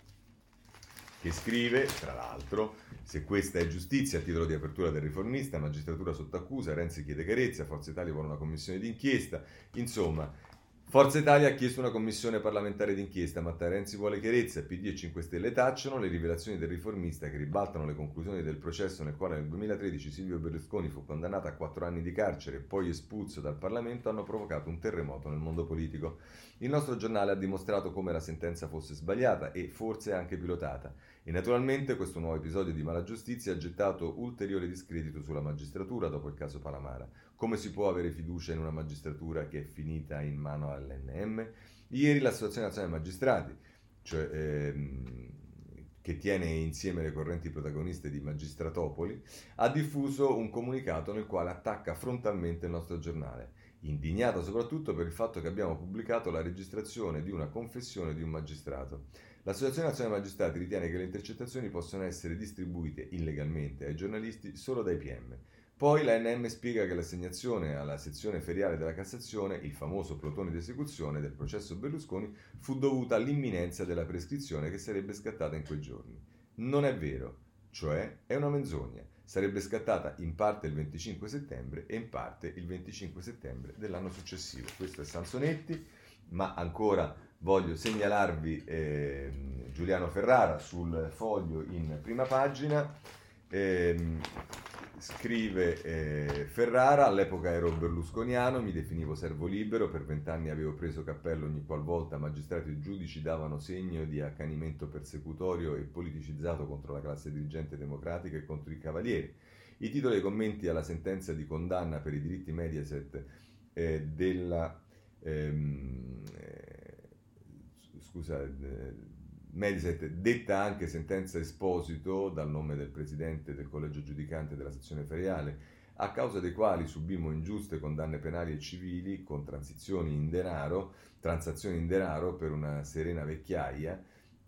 che scrive, tra l'altro, se questa è giustizia, a titolo di apertura del Riformista, magistratura sotto accusa, Renzi chiede chiarezza, Forza Italia vuole una commissione d'inchiesta. Insomma, Forza Italia ha chiesto una commissione parlamentare d'inchiesta, Matteo Renzi vuole chiarezza, PD e 5 Stelle tacciono. Le rivelazioni del Riformista, che ribaltano le conclusioni del processo nel quale nel 2013 Silvio Berlusconi fu condannato a 4 anni di carcere e poi espulso dal Parlamento, hanno provocato un terremoto nel mondo politico. Il nostro giornale ha dimostrato come la sentenza fosse sbagliata e forse anche pilotata. E naturalmente questo nuovo episodio di malagiustizia ha gettato ulteriore discredito sulla magistratura dopo il caso Palamara. Come si può avere fiducia in una magistratura che è finita in mano all'NM? Ieri l'Associazione Nazionale Magistrati, cioè, che tiene insieme le correnti protagoniste di Magistratopoli, ha diffuso un comunicato nel quale attacca frontalmente il nostro giornale, indignata soprattutto per il fatto che abbiamo pubblicato la registrazione di una confessione di un magistrato. L'Associazione Nazionale Magistrati ritiene che le intercettazioni possono essere distribuite illegalmente ai giornalisti solo dai PM. Poi l'ANM spiega che l'assegnazione alla sezione feriale della Cassazione, il famoso plotone di esecuzione del processo Berlusconi, fu dovuta all'imminenza della prescrizione che sarebbe scattata in quei giorni. Non è vero, cioè è una menzogna. Sarebbe scattata in parte il 25 settembre e in parte il 25 settembre dell'anno successivo. Questo è Sansonetti, ma ancora voglio segnalarvi Giuliano Ferrara sul Foglio in prima pagina. Scrive Ferrara, all'epoca ero berlusconiano, mi definivo servo libero, per 20 anni avevo preso cappello ogni qualvolta magistrati e giudici davano segno di accanimento persecutorio e politicizzato contro la classe dirigente democratica e contro i cavalieri. I titoli e i commenti alla sentenza di condanna per i diritti Mediaset Mediaset, detta anche sentenza Esposito, dal nome del presidente del collegio giudicante della sezione feriale, a causa dei quali subimmo ingiuste condanne penali e civili con transazioni in denaro per una serena vecchiaia.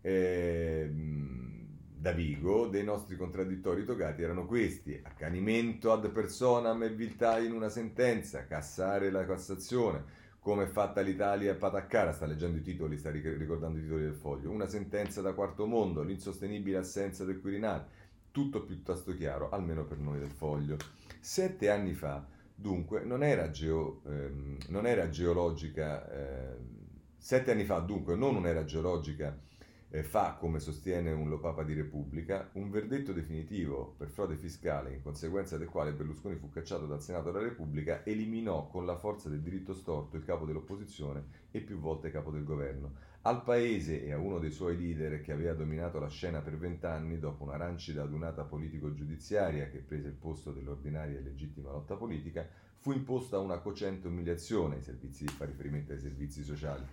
Da Vigo, dei nostri contraddittori togati erano questi: accanimento ad personam e viltà in una sentenza, cassare la Cassazione, come è fatta l'Italia pataccara, sta leggendo i titoli, sta ricordando i titoli del Foglio, una sentenza da quarto mondo, l'insostenibile assenza del Quirinale, tutto piuttosto chiaro, almeno per noi del Foglio. 7 anni fa, dunque, non era geologica, 7 anni fa, dunque, non era geologica, fa, come sostiene un Lo Papa di Repubblica, un verdetto definitivo per frode fiscale, in conseguenza del quale Berlusconi fu cacciato dal Senato della Repubblica, eliminò con la forza del diritto storto il capo dell'opposizione e più volte capo del governo. Al paese e a uno dei suoi leader che aveva dominato la scena per 20 anni, dopo una rancida adunata politico-giudiziaria che prese il posto dell'ordinaria e legittima lotta politica, fu imposta una cocente umiliazione, fa riferimento ai servizi sociali.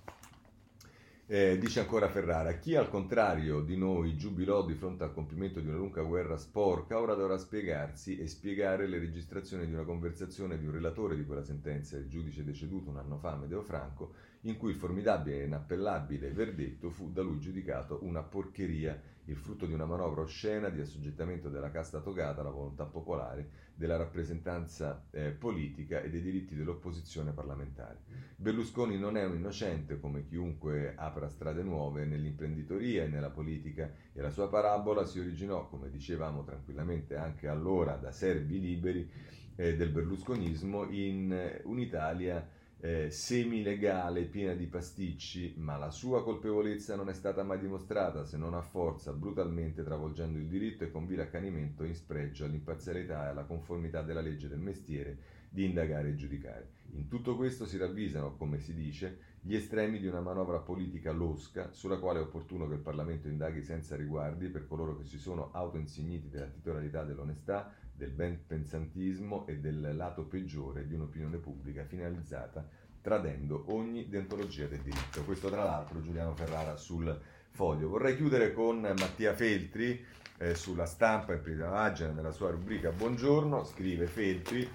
Dice ancora Ferrara, chi al contrario di noi giubilò di fronte al compimento di una lunga guerra sporca, ora dovrà spiegarsi e spiegare le registrazioni di una conversazione di un relatore di quella sentenza, il giudice deceduto un anno fa, Amedeo Franco, in cui il formidabile e inappellabile verdetto fu da lui giudicato una porcheria, il frutto di una manovra oscena di assoggettamento della casta togata alla volontà popolare, della rappresentanza politica e dei diritti dell'opposizione parlamentare. Berlusconi non è un innocente come chiunque apra strade nuove nell'imprenditoria e nella politica e la sua parabola si originò, come dicevamo tranquillamente anche allora, da servi liberi del berlusconismo in un'Italia semilegale, piena di pasticci, ma la sua colpevolezza non è stata mai dimostrata se non a forza, brutalmente travolgendo il diritto e con vile accanimento in spregio all'imparzialità e alla conformità della legge del mestiere di indagare e giudicare. In tutto questo si ravvisano, come si dice, gli estremi di una manovra politica losca sulla quale è opportuno che il Parlamento indaghi senza riguardi per coloro che si sono autoinsigniti della titolarità dell'onestà, del benpensantismo e del lato peggiore di un'opinione pubblica finalizzata tradendo ogni deontologia del diritto. Questo tra l'altro Giuliano Ferrara sul Foglio. Vorrei chiudere con Mattia Feltri sulla Stampa in prima pagina nella sua rubrica Buongiorno, scrive Feltri.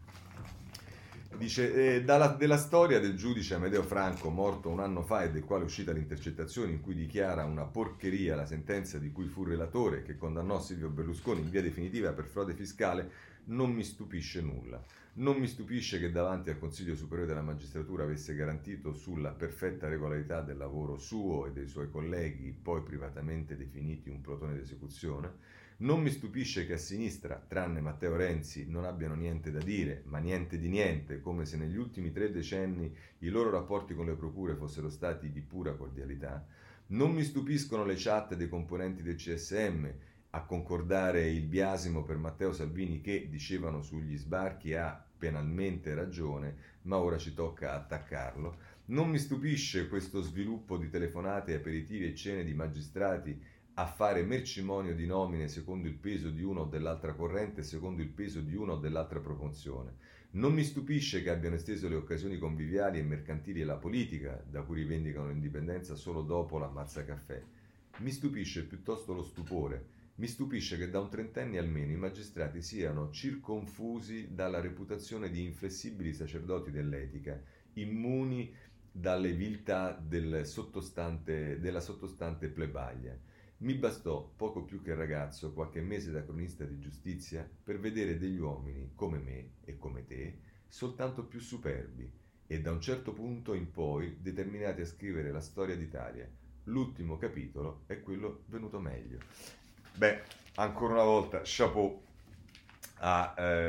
Dice, della storia del giudice Amedeo Franco, morto un anno fa e del quale è uscita l'intercettazione in cui dichiara una porcheria la sentenza di cui fu relatore che condannò Silvio Berlusconi in via definitiva per frode fiscale, non mi stupisce nulla. Non mi stupisce che davanti al Consiglio Superiore della Magistratura avesse garantito sulla perfetta regolarità del lavoro suo e dei suoi colleghi, poi privatamente definiti un plotone d'esecuzione. Non mi stupisce che a sinistra, tranne Matteo Renzi, non abbiano niente da dire, ma niente di niente, come se negli ultimi 3 decenni i loro rapporti con le procure fossero stati di pura cordialità. Non mi stupiscono le chat dei componenti del CSM a concordare il biasimo per Matteo Salvini che, dicevano sugli sbarchi, ha penalmente ragione, ma ora ci tocca attaccarlo. Non mi stupisce questo sviluppo di telefonate, aperitivi e cene di magistrati a fare mercimonio di nomine secondo il peso di una o dell'altra corrente, secondo il peso di una o dell'altra proporzione. Non mi stupisce che abbiano esteso le occasioni conviviali e mercantili alla politica, da cui rivendicano l'indipendenza solo dopo l'ammazzacaffè. Mi stupisce piuttosto lo stupore. Mi stupisce che da un 30enne almeno i magistrati siano circonfusi dalla reputazione di inflessibili sacerdoti dell'etica, immuni dalle viltà della sottostante plebaglia. Mi bastò, poco più che ragazzo, qualche mese da cronista di giustizia, per vedere degli uomini, come me e come te, soltanto più superbi, e da un certo punto in poi determinati a scrivere la storia d'Italia. L'ultimo capitolo è quello venuto meglio. Beh, ancora una volta, chapeau a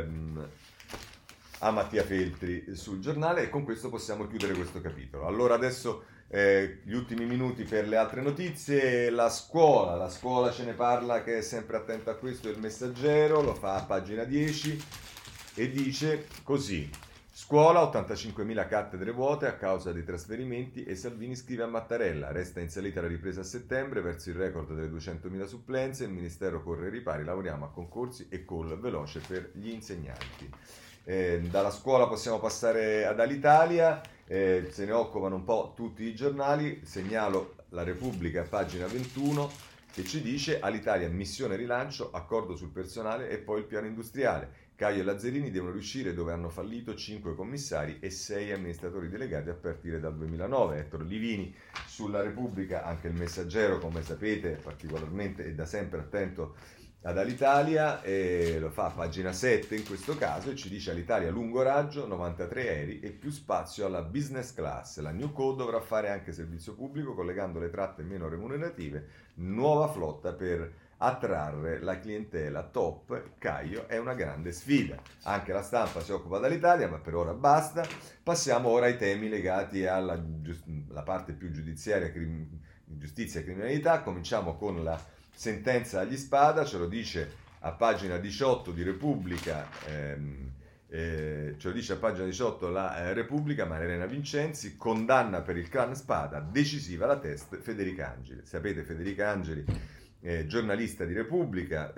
Mattia Feltri sul giornale, e con questo possiamo chiudere questo capitolo. Allora adesso gli ultimi minuti per le altre notizie. La scuola ce ne parla, che è sempre attenta a questo, il Messaggero, lo fa a pagina 10 e dice così: scuola, 85.000 cattedre vuote a causa dei trasferimenti e Salvini scrive a Mattarella, resta in salita la ripresa a settembre verso il record delle 200.000 supplenze, il Ministero corre ai ripari, lavoriamo a concorsi e call veloce per gli insegnanti. Dalla scuola possiamo passare ad Alitalia, se ne occupano un po' tutti i giornali. Segnalo la Repubblica, pagina 21, che ci dice Alitalia, missione rilancio, accordo sul personale e poi il piano industriale. Caio e Lazzarini devono riuscire dove hanno fallito 5 commissari e 6 amministratori delegati a partire dal 2009. Ettore Livini sulla Repubblica, anche il Messaggero, come sapete, particolarmente e da sempre attento ad Alitalia, lo fa a pagina 7 in questo caso, e ci dice: Alitalia lungo raggio, 93 aerei e più spazio alla business class. La New Code dovrà fare anche servizio pubblico collegando le tratte meno remunerative, nuova flotta per attrarre la clientela top. Caio è una grande sfida. Anche la stampa si occupa dall'Italia, ma per ora basta. Passiamo ora ai temi legati alla la parte più giudiziaria, giustizia e criminalità. Cominciamo con la sentenza agli Spada, ce lo dice a pagina 18 di Repubblica, ce lo dice a pagina 18 la Repubblica. Marilena Vincenzi condanna per il clan Spada, decisiva la test Federica Angeli. Sapete, Federica Angeli, giornalista di Repubblica,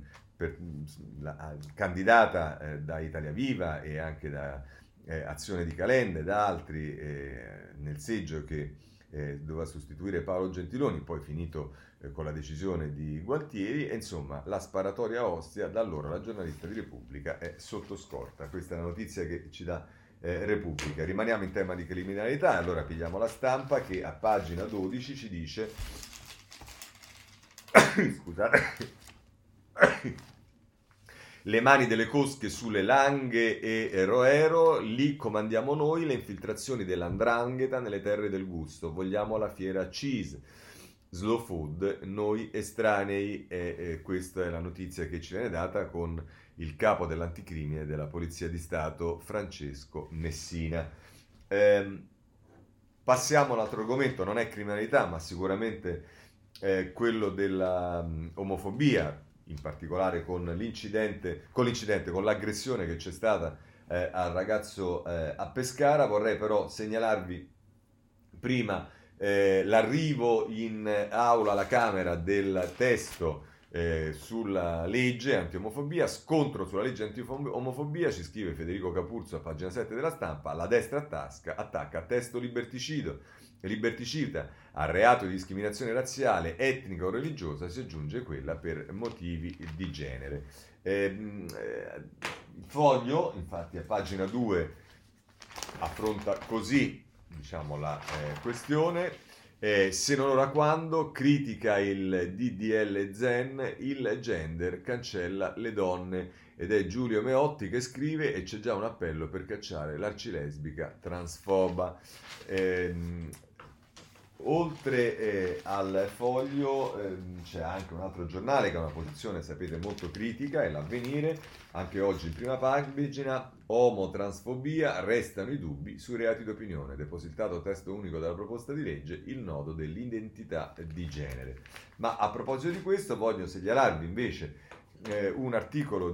candidata da Italia Viva e anche da Azione di Calenda e da altri nel seggio che doveva sostituire Paolo Gentiloni, poi finito con la decisione di Gualtieri, e insomma la sparatoria a Ostia. Da allora la giornalista di Repubblica è sotto scorta. Questa è la notizia che ci dà Repubblica. Rimaniamo in tema di criminalità, allora pigliamo la Stampa che a pagina 12 ci dice scusate, le mani delle cosche sulle Langhe e Roero, lì comandiamo noi, le infiltrazioni dell''ndrangheta nelle terre del gusto, vogliamo la fiera cheese, slow food, noi estranei, e questa è la notizia che ci viene data con il capo dell'anticrimine della Polizia di Stato, Francesco Messina. Passiamo all'altro argomento, non è criminalità, ma sicuramente quello della omofobia, in particolare con l'aggressione che c'è stata al ragazzo a Pescara. Vorrei però segnalarvi prima l'arrivo in aula alla Camera del testo sulla legge anti-omofobia, scontro sulla legge anti-omofobia, ci scrive Federico Capurzo a pagina 7 della Stampa. La destra attacca testo liberticida, al reato di discriminazione razziale, etnica o religiosa si aggiunge quella per motivi di genere. Il Foglio, infatti, a pagina 2 affronta così, diciamo, la questione. Se non ora quando, critica il DDL Zen, il gender cancella le donne, ed è Giulio Meotti che scrive, e c'è già un appello per cacciare l'arcilesbica transfoba. Oltre al Foglio c'è anche un altro giornale che ha una posizione, sapete, molto critica, è l'Avvenire. Anche oggi in prima pagina: omotransfobia, restano i dubbi sui reati d'opinione, depositato testo unico della proposta di legge, il nodo dell'identità di genere. Ma a proposito di questo voglio segnalarvi invece un articolo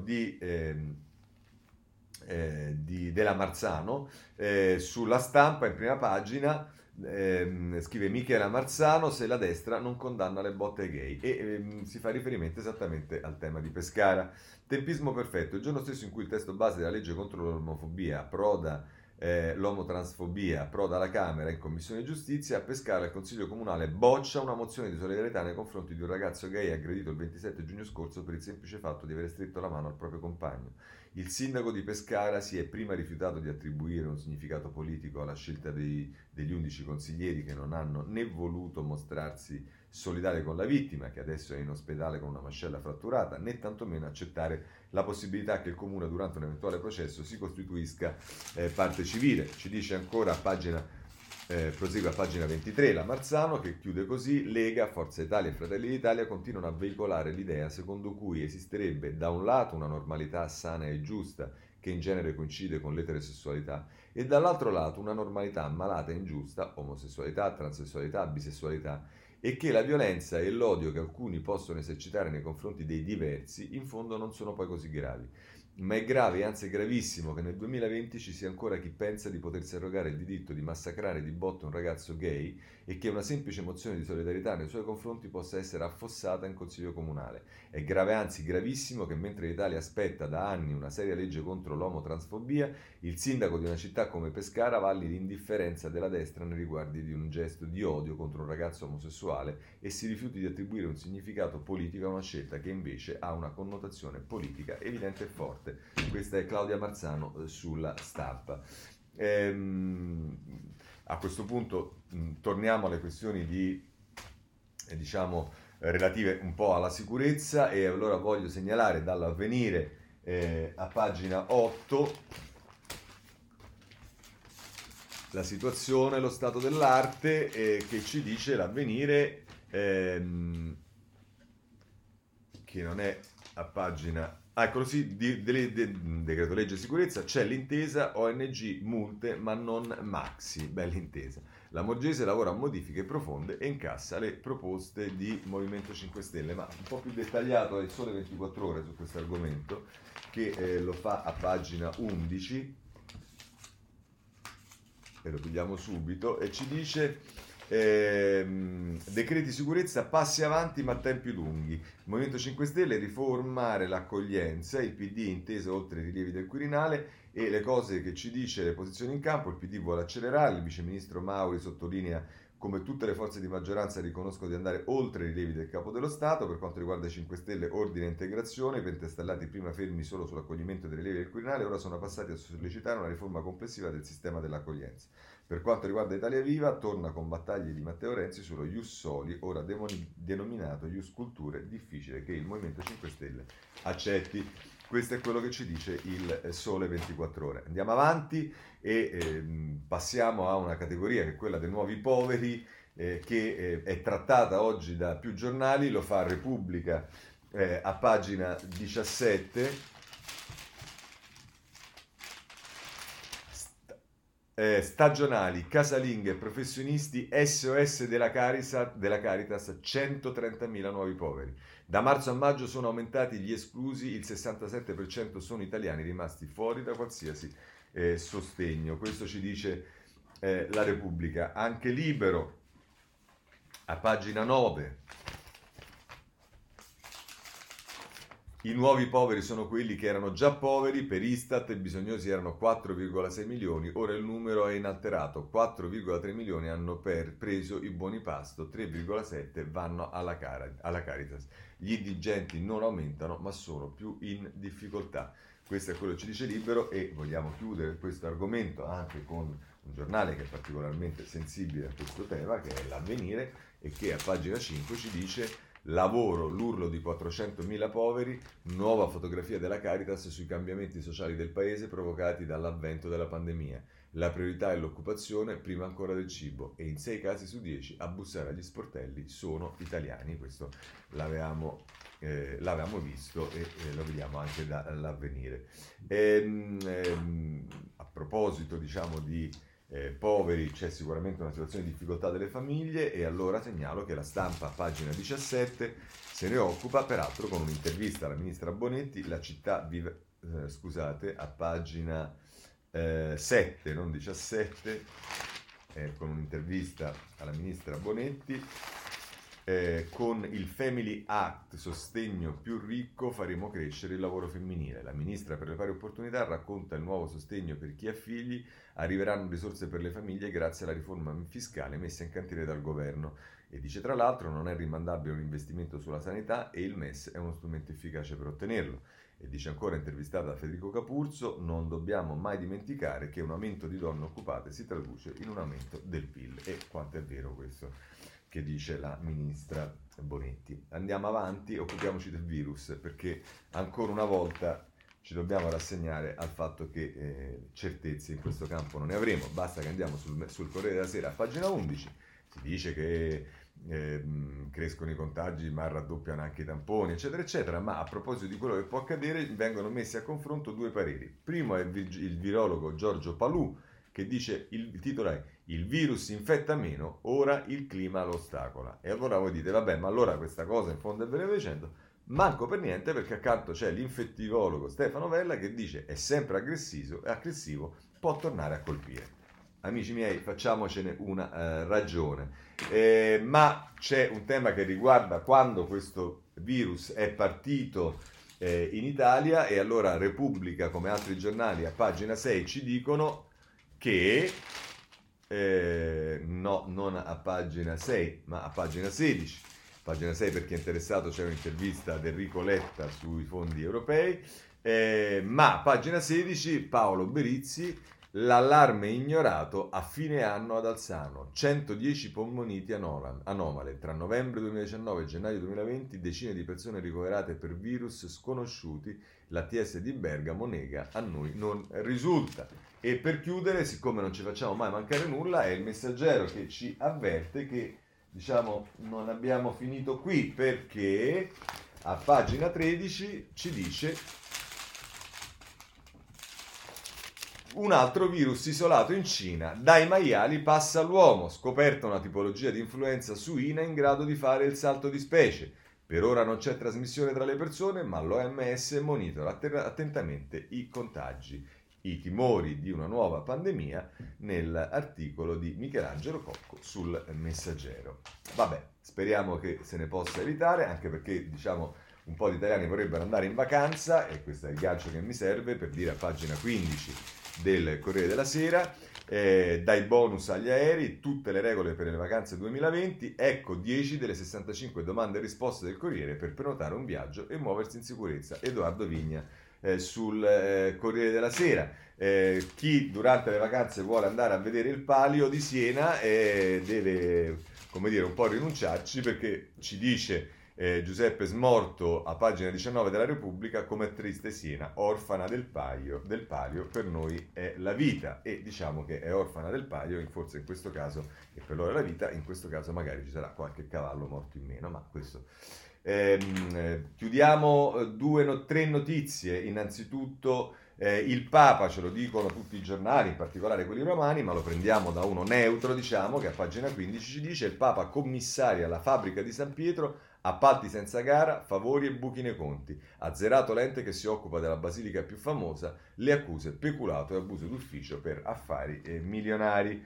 della Marzano sulla Stampa in prima pagina. Scrive Michela Marzano: se la destra non condanna le botte gay, e si fa riferimento esattamente al tema di Pescara. Tempismo perfetto: il giorno stesso in cui il testo base della legge contro l'omofobia l'omotransfobia approda alla Camera in Commissione Giustizia, a Pescara il Consiglio Comunale boccia una mozione di solidarietà nei confronti di un ragazzo gay aggredito il 27 giugno scorso per il semplice fatto di aver stretto la mano al proprio compagno. Il sindaco di Pescara si è prima rifiutato di attribuire un significato politico alla scelta degli 11 consiglieri, che non hanno né voluto mostrarsi solidari con la vittima, che adesso è in ospedale con una mascella fratturata, né tantomeno accettare la possibilità che il comune durante un eventuale processo si costituisca parte civile. Ci dice ancora a prosegue a pagina 23 la Marzano, che chiude così: Lega, Forza Italia e Fratelli d'Italia continuano a veicolare l'idea secondo cui esisterebbe da un lato una normalità sana e giusta che in genere coincide con l'eterosessualità, e dall'altro lato una normalità malata e ingiusta, omosessualità, transessualità, bisessualità, e che la violenza e l'odio che alcuni possono esercitare nei confronti dei diversi in fondo non sono poi così gravi. Ma è grave, anzi è gravissimo, che nel 2020 ci sia ancora chi pensa di potersi arrogare il diritto di massacrare di botte un ragazzo gay, e che una semplice mozione di solidarietà nei suoi confronti possa essere affossata in Consiglio Comunale. È grave, anzi gravissimo, che mentre l'Italia aspetta da anni una seria legge contro l'omotransfobia, il sindaco di una città come Pescara avalli l'indifferenza della destra nei riguardi di un gesto di odio contro un ragazzo omosessuale e si rifiuti di attribuire un significato politico a una scelta che invece ha una connotazione politica evidente e forte. Questa è Claudia Marzano sulla Stampa. A questo punto torniamo alle questioni di relative un po' alla sicurezza, e allora voglio segnalare dall'Avvenire a pagina 8 la situazione, lo stato dell'arte, che ci dice l'Avvenire, che non è a pagina... Ah, eccolo sì, decreto legge sicurezza, c'è l'intesa, ONG multe ma non maxi, bella intesa. La Morgese lavora a modifiche profonde e incassa le proposte di Movimento 5 Stelle, ma un po' più dettagliato è il Sole 24 Ore su questo argomento, che lo fa a pagina 11, e lo pigliamo subito, e ci dice decreti sicurezza, passi avanti ma tempi lunghi. Il Movimento 5 Stelle riformare l'accoglienza, il PD intesa oltre i rilievi del Quirinale, e le cose che ci dice, le posizioni in campo: il PD vuole accelerare, il viceministro Mauri sottolinea come tutte le forze di maggioranza riconoscono di andare oltre i rilievi del Capo dello Stato. Per quanto riguarda i 5 Stelle, ordine e integrazione, i pentastellati prima fermi solo sull'accoglimento dei rilievi del Quirinale, ora sono passati a sollecitare una riforma complessiva del sistema dell'accoglienza. Per quanto riguarda Italia Viva, torna con battaglie di Matteo Renzi sullo Ius Soli, ora denominato Ius Culture, difficile che il Movimento 5 Stelle accetti. Questo è quello che ci dice il Sole 24 Ore. Andiamo avanti e passiamo a una categoria che è quella dei nuovi poveri, che è trattata oggi da più giornali. Lo fa Repubblica a pagina 17. Stagionali, casalinghe, professionisti, SOS della Caritas, 130.000 nuovi poveri. Da marzo a maggio sono aumentati gli esclusi, il 67% sono italiani rimasti fuori da qualsiasi sostegno. Questo ci dice la Repubblica. Anche Libero, a pagina 9. I nuovi poveri sono quelli che erano già poveri, per Istat i bisognosi erano 4,6 milioni, ora il numero è inalterato, 4,3 milioni hanno preso i buoni pasto, 3,7 vanno alla Caritas. Gli indigenti non aumentano ma sono più in difficoltà. Questo è quello che ci dice Libero, e vogliamo chiudere questo argomento anche con un giornale che è particolarmente sensibile a questo tema, che è l'Avvenire, e che a pagina 5 ci dice: lavoro, l'urlo di 400.000 poveri, nuova fotografia della Caritas sui cambiamenti sociali del paese provocati dall'avvento della pandemia. La priorità è l'occupazione, prima ancora del cibo, e in 6 casi su 10 a bussare agli sportelli sono italiani. Questo l'avevamo visto e lo vediamo anche dall'Avvenire. A proposito, diciamo, di poveri, c'è sicuramente una situazione di difficoltà delle famiglie, e allora segnalo che la Stampa, pagina 17, se ne occupa, peraltro con un'intervista alla ministra Bonetti. La città vive, a pagina 7, non 17, con un'intervista alla ministra Bonetti. Con il Family Act, sostegno più ricco, faremo crescere il lavoro femminile. La ministra per le pari opportunità racconta il nuovo sostegno per chi ha figli, arriveranno risorse per le famiglie grazie alla riforma fiscale messa in cantiere dal governo, e dice tra l'altro non è rimandabile un investimento sulla sanità e il MES è uno strumento efficace per ottenerlo. E dice ancora, intervistata da Federico Capurzo: non dobbiamo mai dimenticare che un aumento di donne occupate si traduce in un aumento del PIL. E quanto è vero questo che dice la ministra Bonetti. Andiamo avanti, occupiamoci del virus, perché ancora una volta ci dobbiamo rassegnare al fatto che certezze in questo campo non ne avremo. Basta che andiamo sul Corriere della Sera a pagina 11, si dice che crescono i contagi ma raddoppiano anche i tamponi, eccetera eccetera. Ma a proposito di quello che può accadere, vengono messi a confronto due pareri. Primo è il virologo Giorgio Palù, che dice, il titolo è: il virus infetta meno, ora il clima lo ostacola. E allora voi dite: vabbè, ma allora questa cosa in fondo è vero e dicendo, manco per niente, perché accanto c'è l'infettivologo Stefano Vella che dice: è sempre aggressivo, può tornare a colpire. Amici miei, facciamocene una ragione. Ma c'è un tema che riguarda quando questo virus è partito in Italia, e allora Repubblica, come altri giornali, a pagina 6 ci dicono che no, non a pagina 6 ma a pagina 16. Pagina 6, per chi è interessato, c'è un'intervista ad Enrico Letta sui fondi europei, ma a pagina 16 Paolo Berizzi L'allarme ignorato a fine anno ad Alzano, 110 polmoniti anomale. Tra novembre 2019 e gennaio 2020 decine di persone ricoverate per virus sconosciuti. L'ATS di Bergamo nega, a noi non risulta. E per chiudere, siccome non ci facciamo mai mancare nulla, è il Messaggero che ci avverte che, diciamo, non abbiamo finito qui, perché a pagina 13 ci dice: un altro virus isolato in Cina, dai maiali passa all'uomo, scoperta una tipologia di influenza suina in grado di fare il salto di specie. Per ora non c'è trasmissione tra le persone, ma l'OMS monitora attentamente i contagi. I timori di una nuova pandemia nell'articolo di Michelangelo Cocco sul Messaggero. Vabbè, speriamo che se ne possa evitare, anche perché, diciamo, un po' di italiani vorrebbero andare in vacanza, e questo è il gancio che mi serve per dire a pagina 15 del Corriere della Sera, dai bonus agli aerei, tutte le regole per le vacanze 2020, ecco 10 delle 65 domande e risposte del Corriere per prenotare un viaggio e muoversi in sicurezza. Edoardo Vigna sul Corriere della Sera. Chi durante le vacanze vuole andare a vedere il Palio di Siena deve, come dire, un po' rinunciarci, perché ci dice Giuseppe Smorto a pagina 19 della Repubblica: come triste Siena, orfana del Palio, per noi è la vita. E diciamo che è orfana del Palio, forse in questo caso, e per loro è la vita, in questo caso magari ci sarà qualche cavallo morto in meno, ma questo... chiudiamo tre notizie. Innanzitutto il Papa, ce lo dicono tutti i giornali, in particolare quelli romani, ma lo prendiamo da uno neutro, diciamo, che a pagina 15 ci dice: il Papa commissaria la fabbrica di San Pietro, appalti senza gara, favori e buchi nei conti, azzerato l'ente che si occupa della basilica più famosa, le accuse peculato e abuso d'ufficio per affari milionari.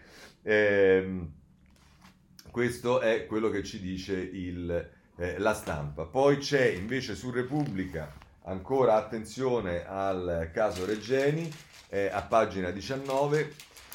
Questo è quello che ci dice la Stampa. Poi c'è invece su Repubblica ancora attenzione al caso Regeni, a pagina 19,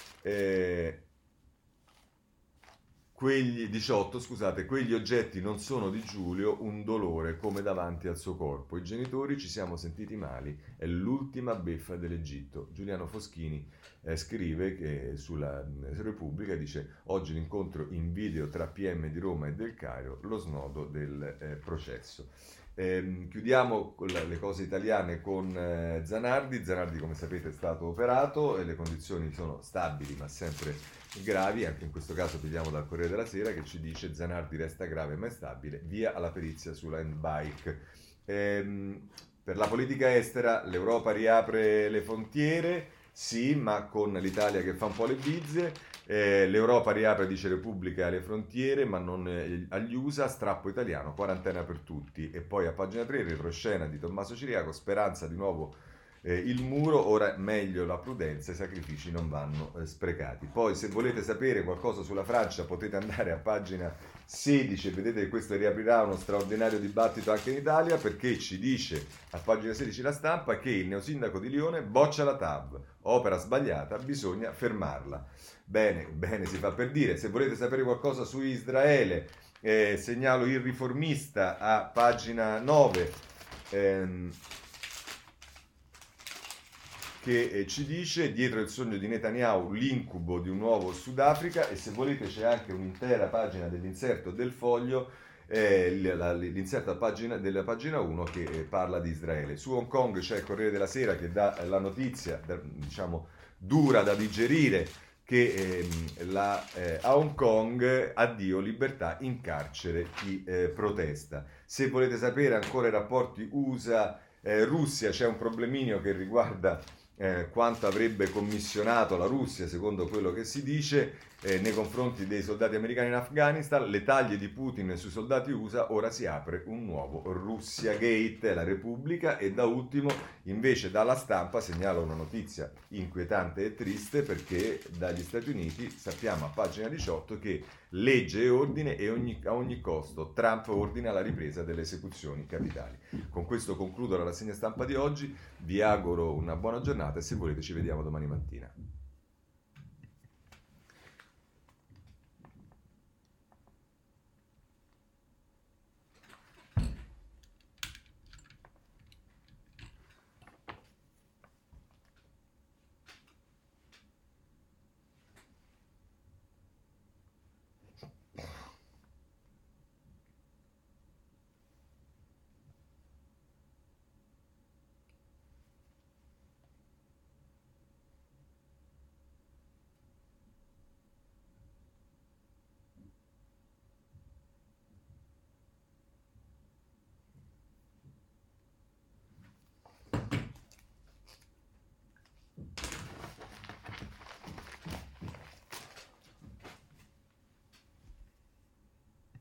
quegli 18, scusate, quegli oggetti non sono di Giulio, un dolore come davanti al suo corpo. I genitori ci siamo sentiti mali, è l'ultima beffa dell'Egitto. Giuliano Foschini scrive che sulla Repubblica, dice: oggi l'incontro in video tra PM di Roma e del Cairo, lo snodo del processo. Chiudiamo con le cose italiane con Zanardi. Zanardi, come sapete, è stato operato e le condizioni sono stabili ma sempre gravi. Anche in questo caso vediamo dal Corriere della Sera che ci dice: Zanardi resta grave ma è stabile, via alla perizia sulla handbike. Per la politica estera, l'Europa riapre le frontiere, sì, ma con l'Italia che fa un po' le bizze. L'Europa riapre, dice Repubblica, le frontiere, ma non agli USA, strappo italiano, quarantena per tutti. E poi a pagina 3, retroscena di Tommaso Ciriaco, speranza di nuovo il muro, ora meglio la prudenza, i sacrifici non vanno sprecati. Poi, se volete sapere qualcosa sulla Francia, potete andare a pagina 16, vedete che questo riaprirà uno straordinario dibattito anche in Italia, perché ci dice a pagina 16 la Stampa che il neosindaco di Lione boccia la TAV, opera sbagliata, bisogna fermarla. Bene, si fa per dire. Se volete sapere qualcosa su Israele, segnalo Il Riformista a pagina 9, che ci dice: dietro il sogno di Netanyahu, l'incubo di un nuovo Sudafrica. E se volete c'è anche un'intera pagina dell'inserto del Foglio, l'inserto della pagina 1 che parla di Israele. Su Hong Kong c'è il Corriere della Sera che dà la notizia, diciamo, dura da digerire, che a Hong Kong addio libertà, in carcere chi protesta. Se volete sapere ancora i rapporti USA-Russia, c'è un problemino che riguarda quanto avrebbe commissionato la Russia, secondo quello che si dice, nei confronti dei soldati americani in Afghanistan. Le taglie di Putin sui soldati USA, ora si apre un nuovo Russia Gate, la Repubblica. E da ultimo, invece, dalla Stampa segnalo una notizia inquietante e triste, perché dagli Stati Uniti sappiamo a pagina 18 che legge e ordine, e a ogni costo Trump ordina la ripresa delle esecuzioni capitali. Con questo concludo la rassegna stampa di oggi, vi auguro una buona giornata e se volete ci vediamo domani mattina.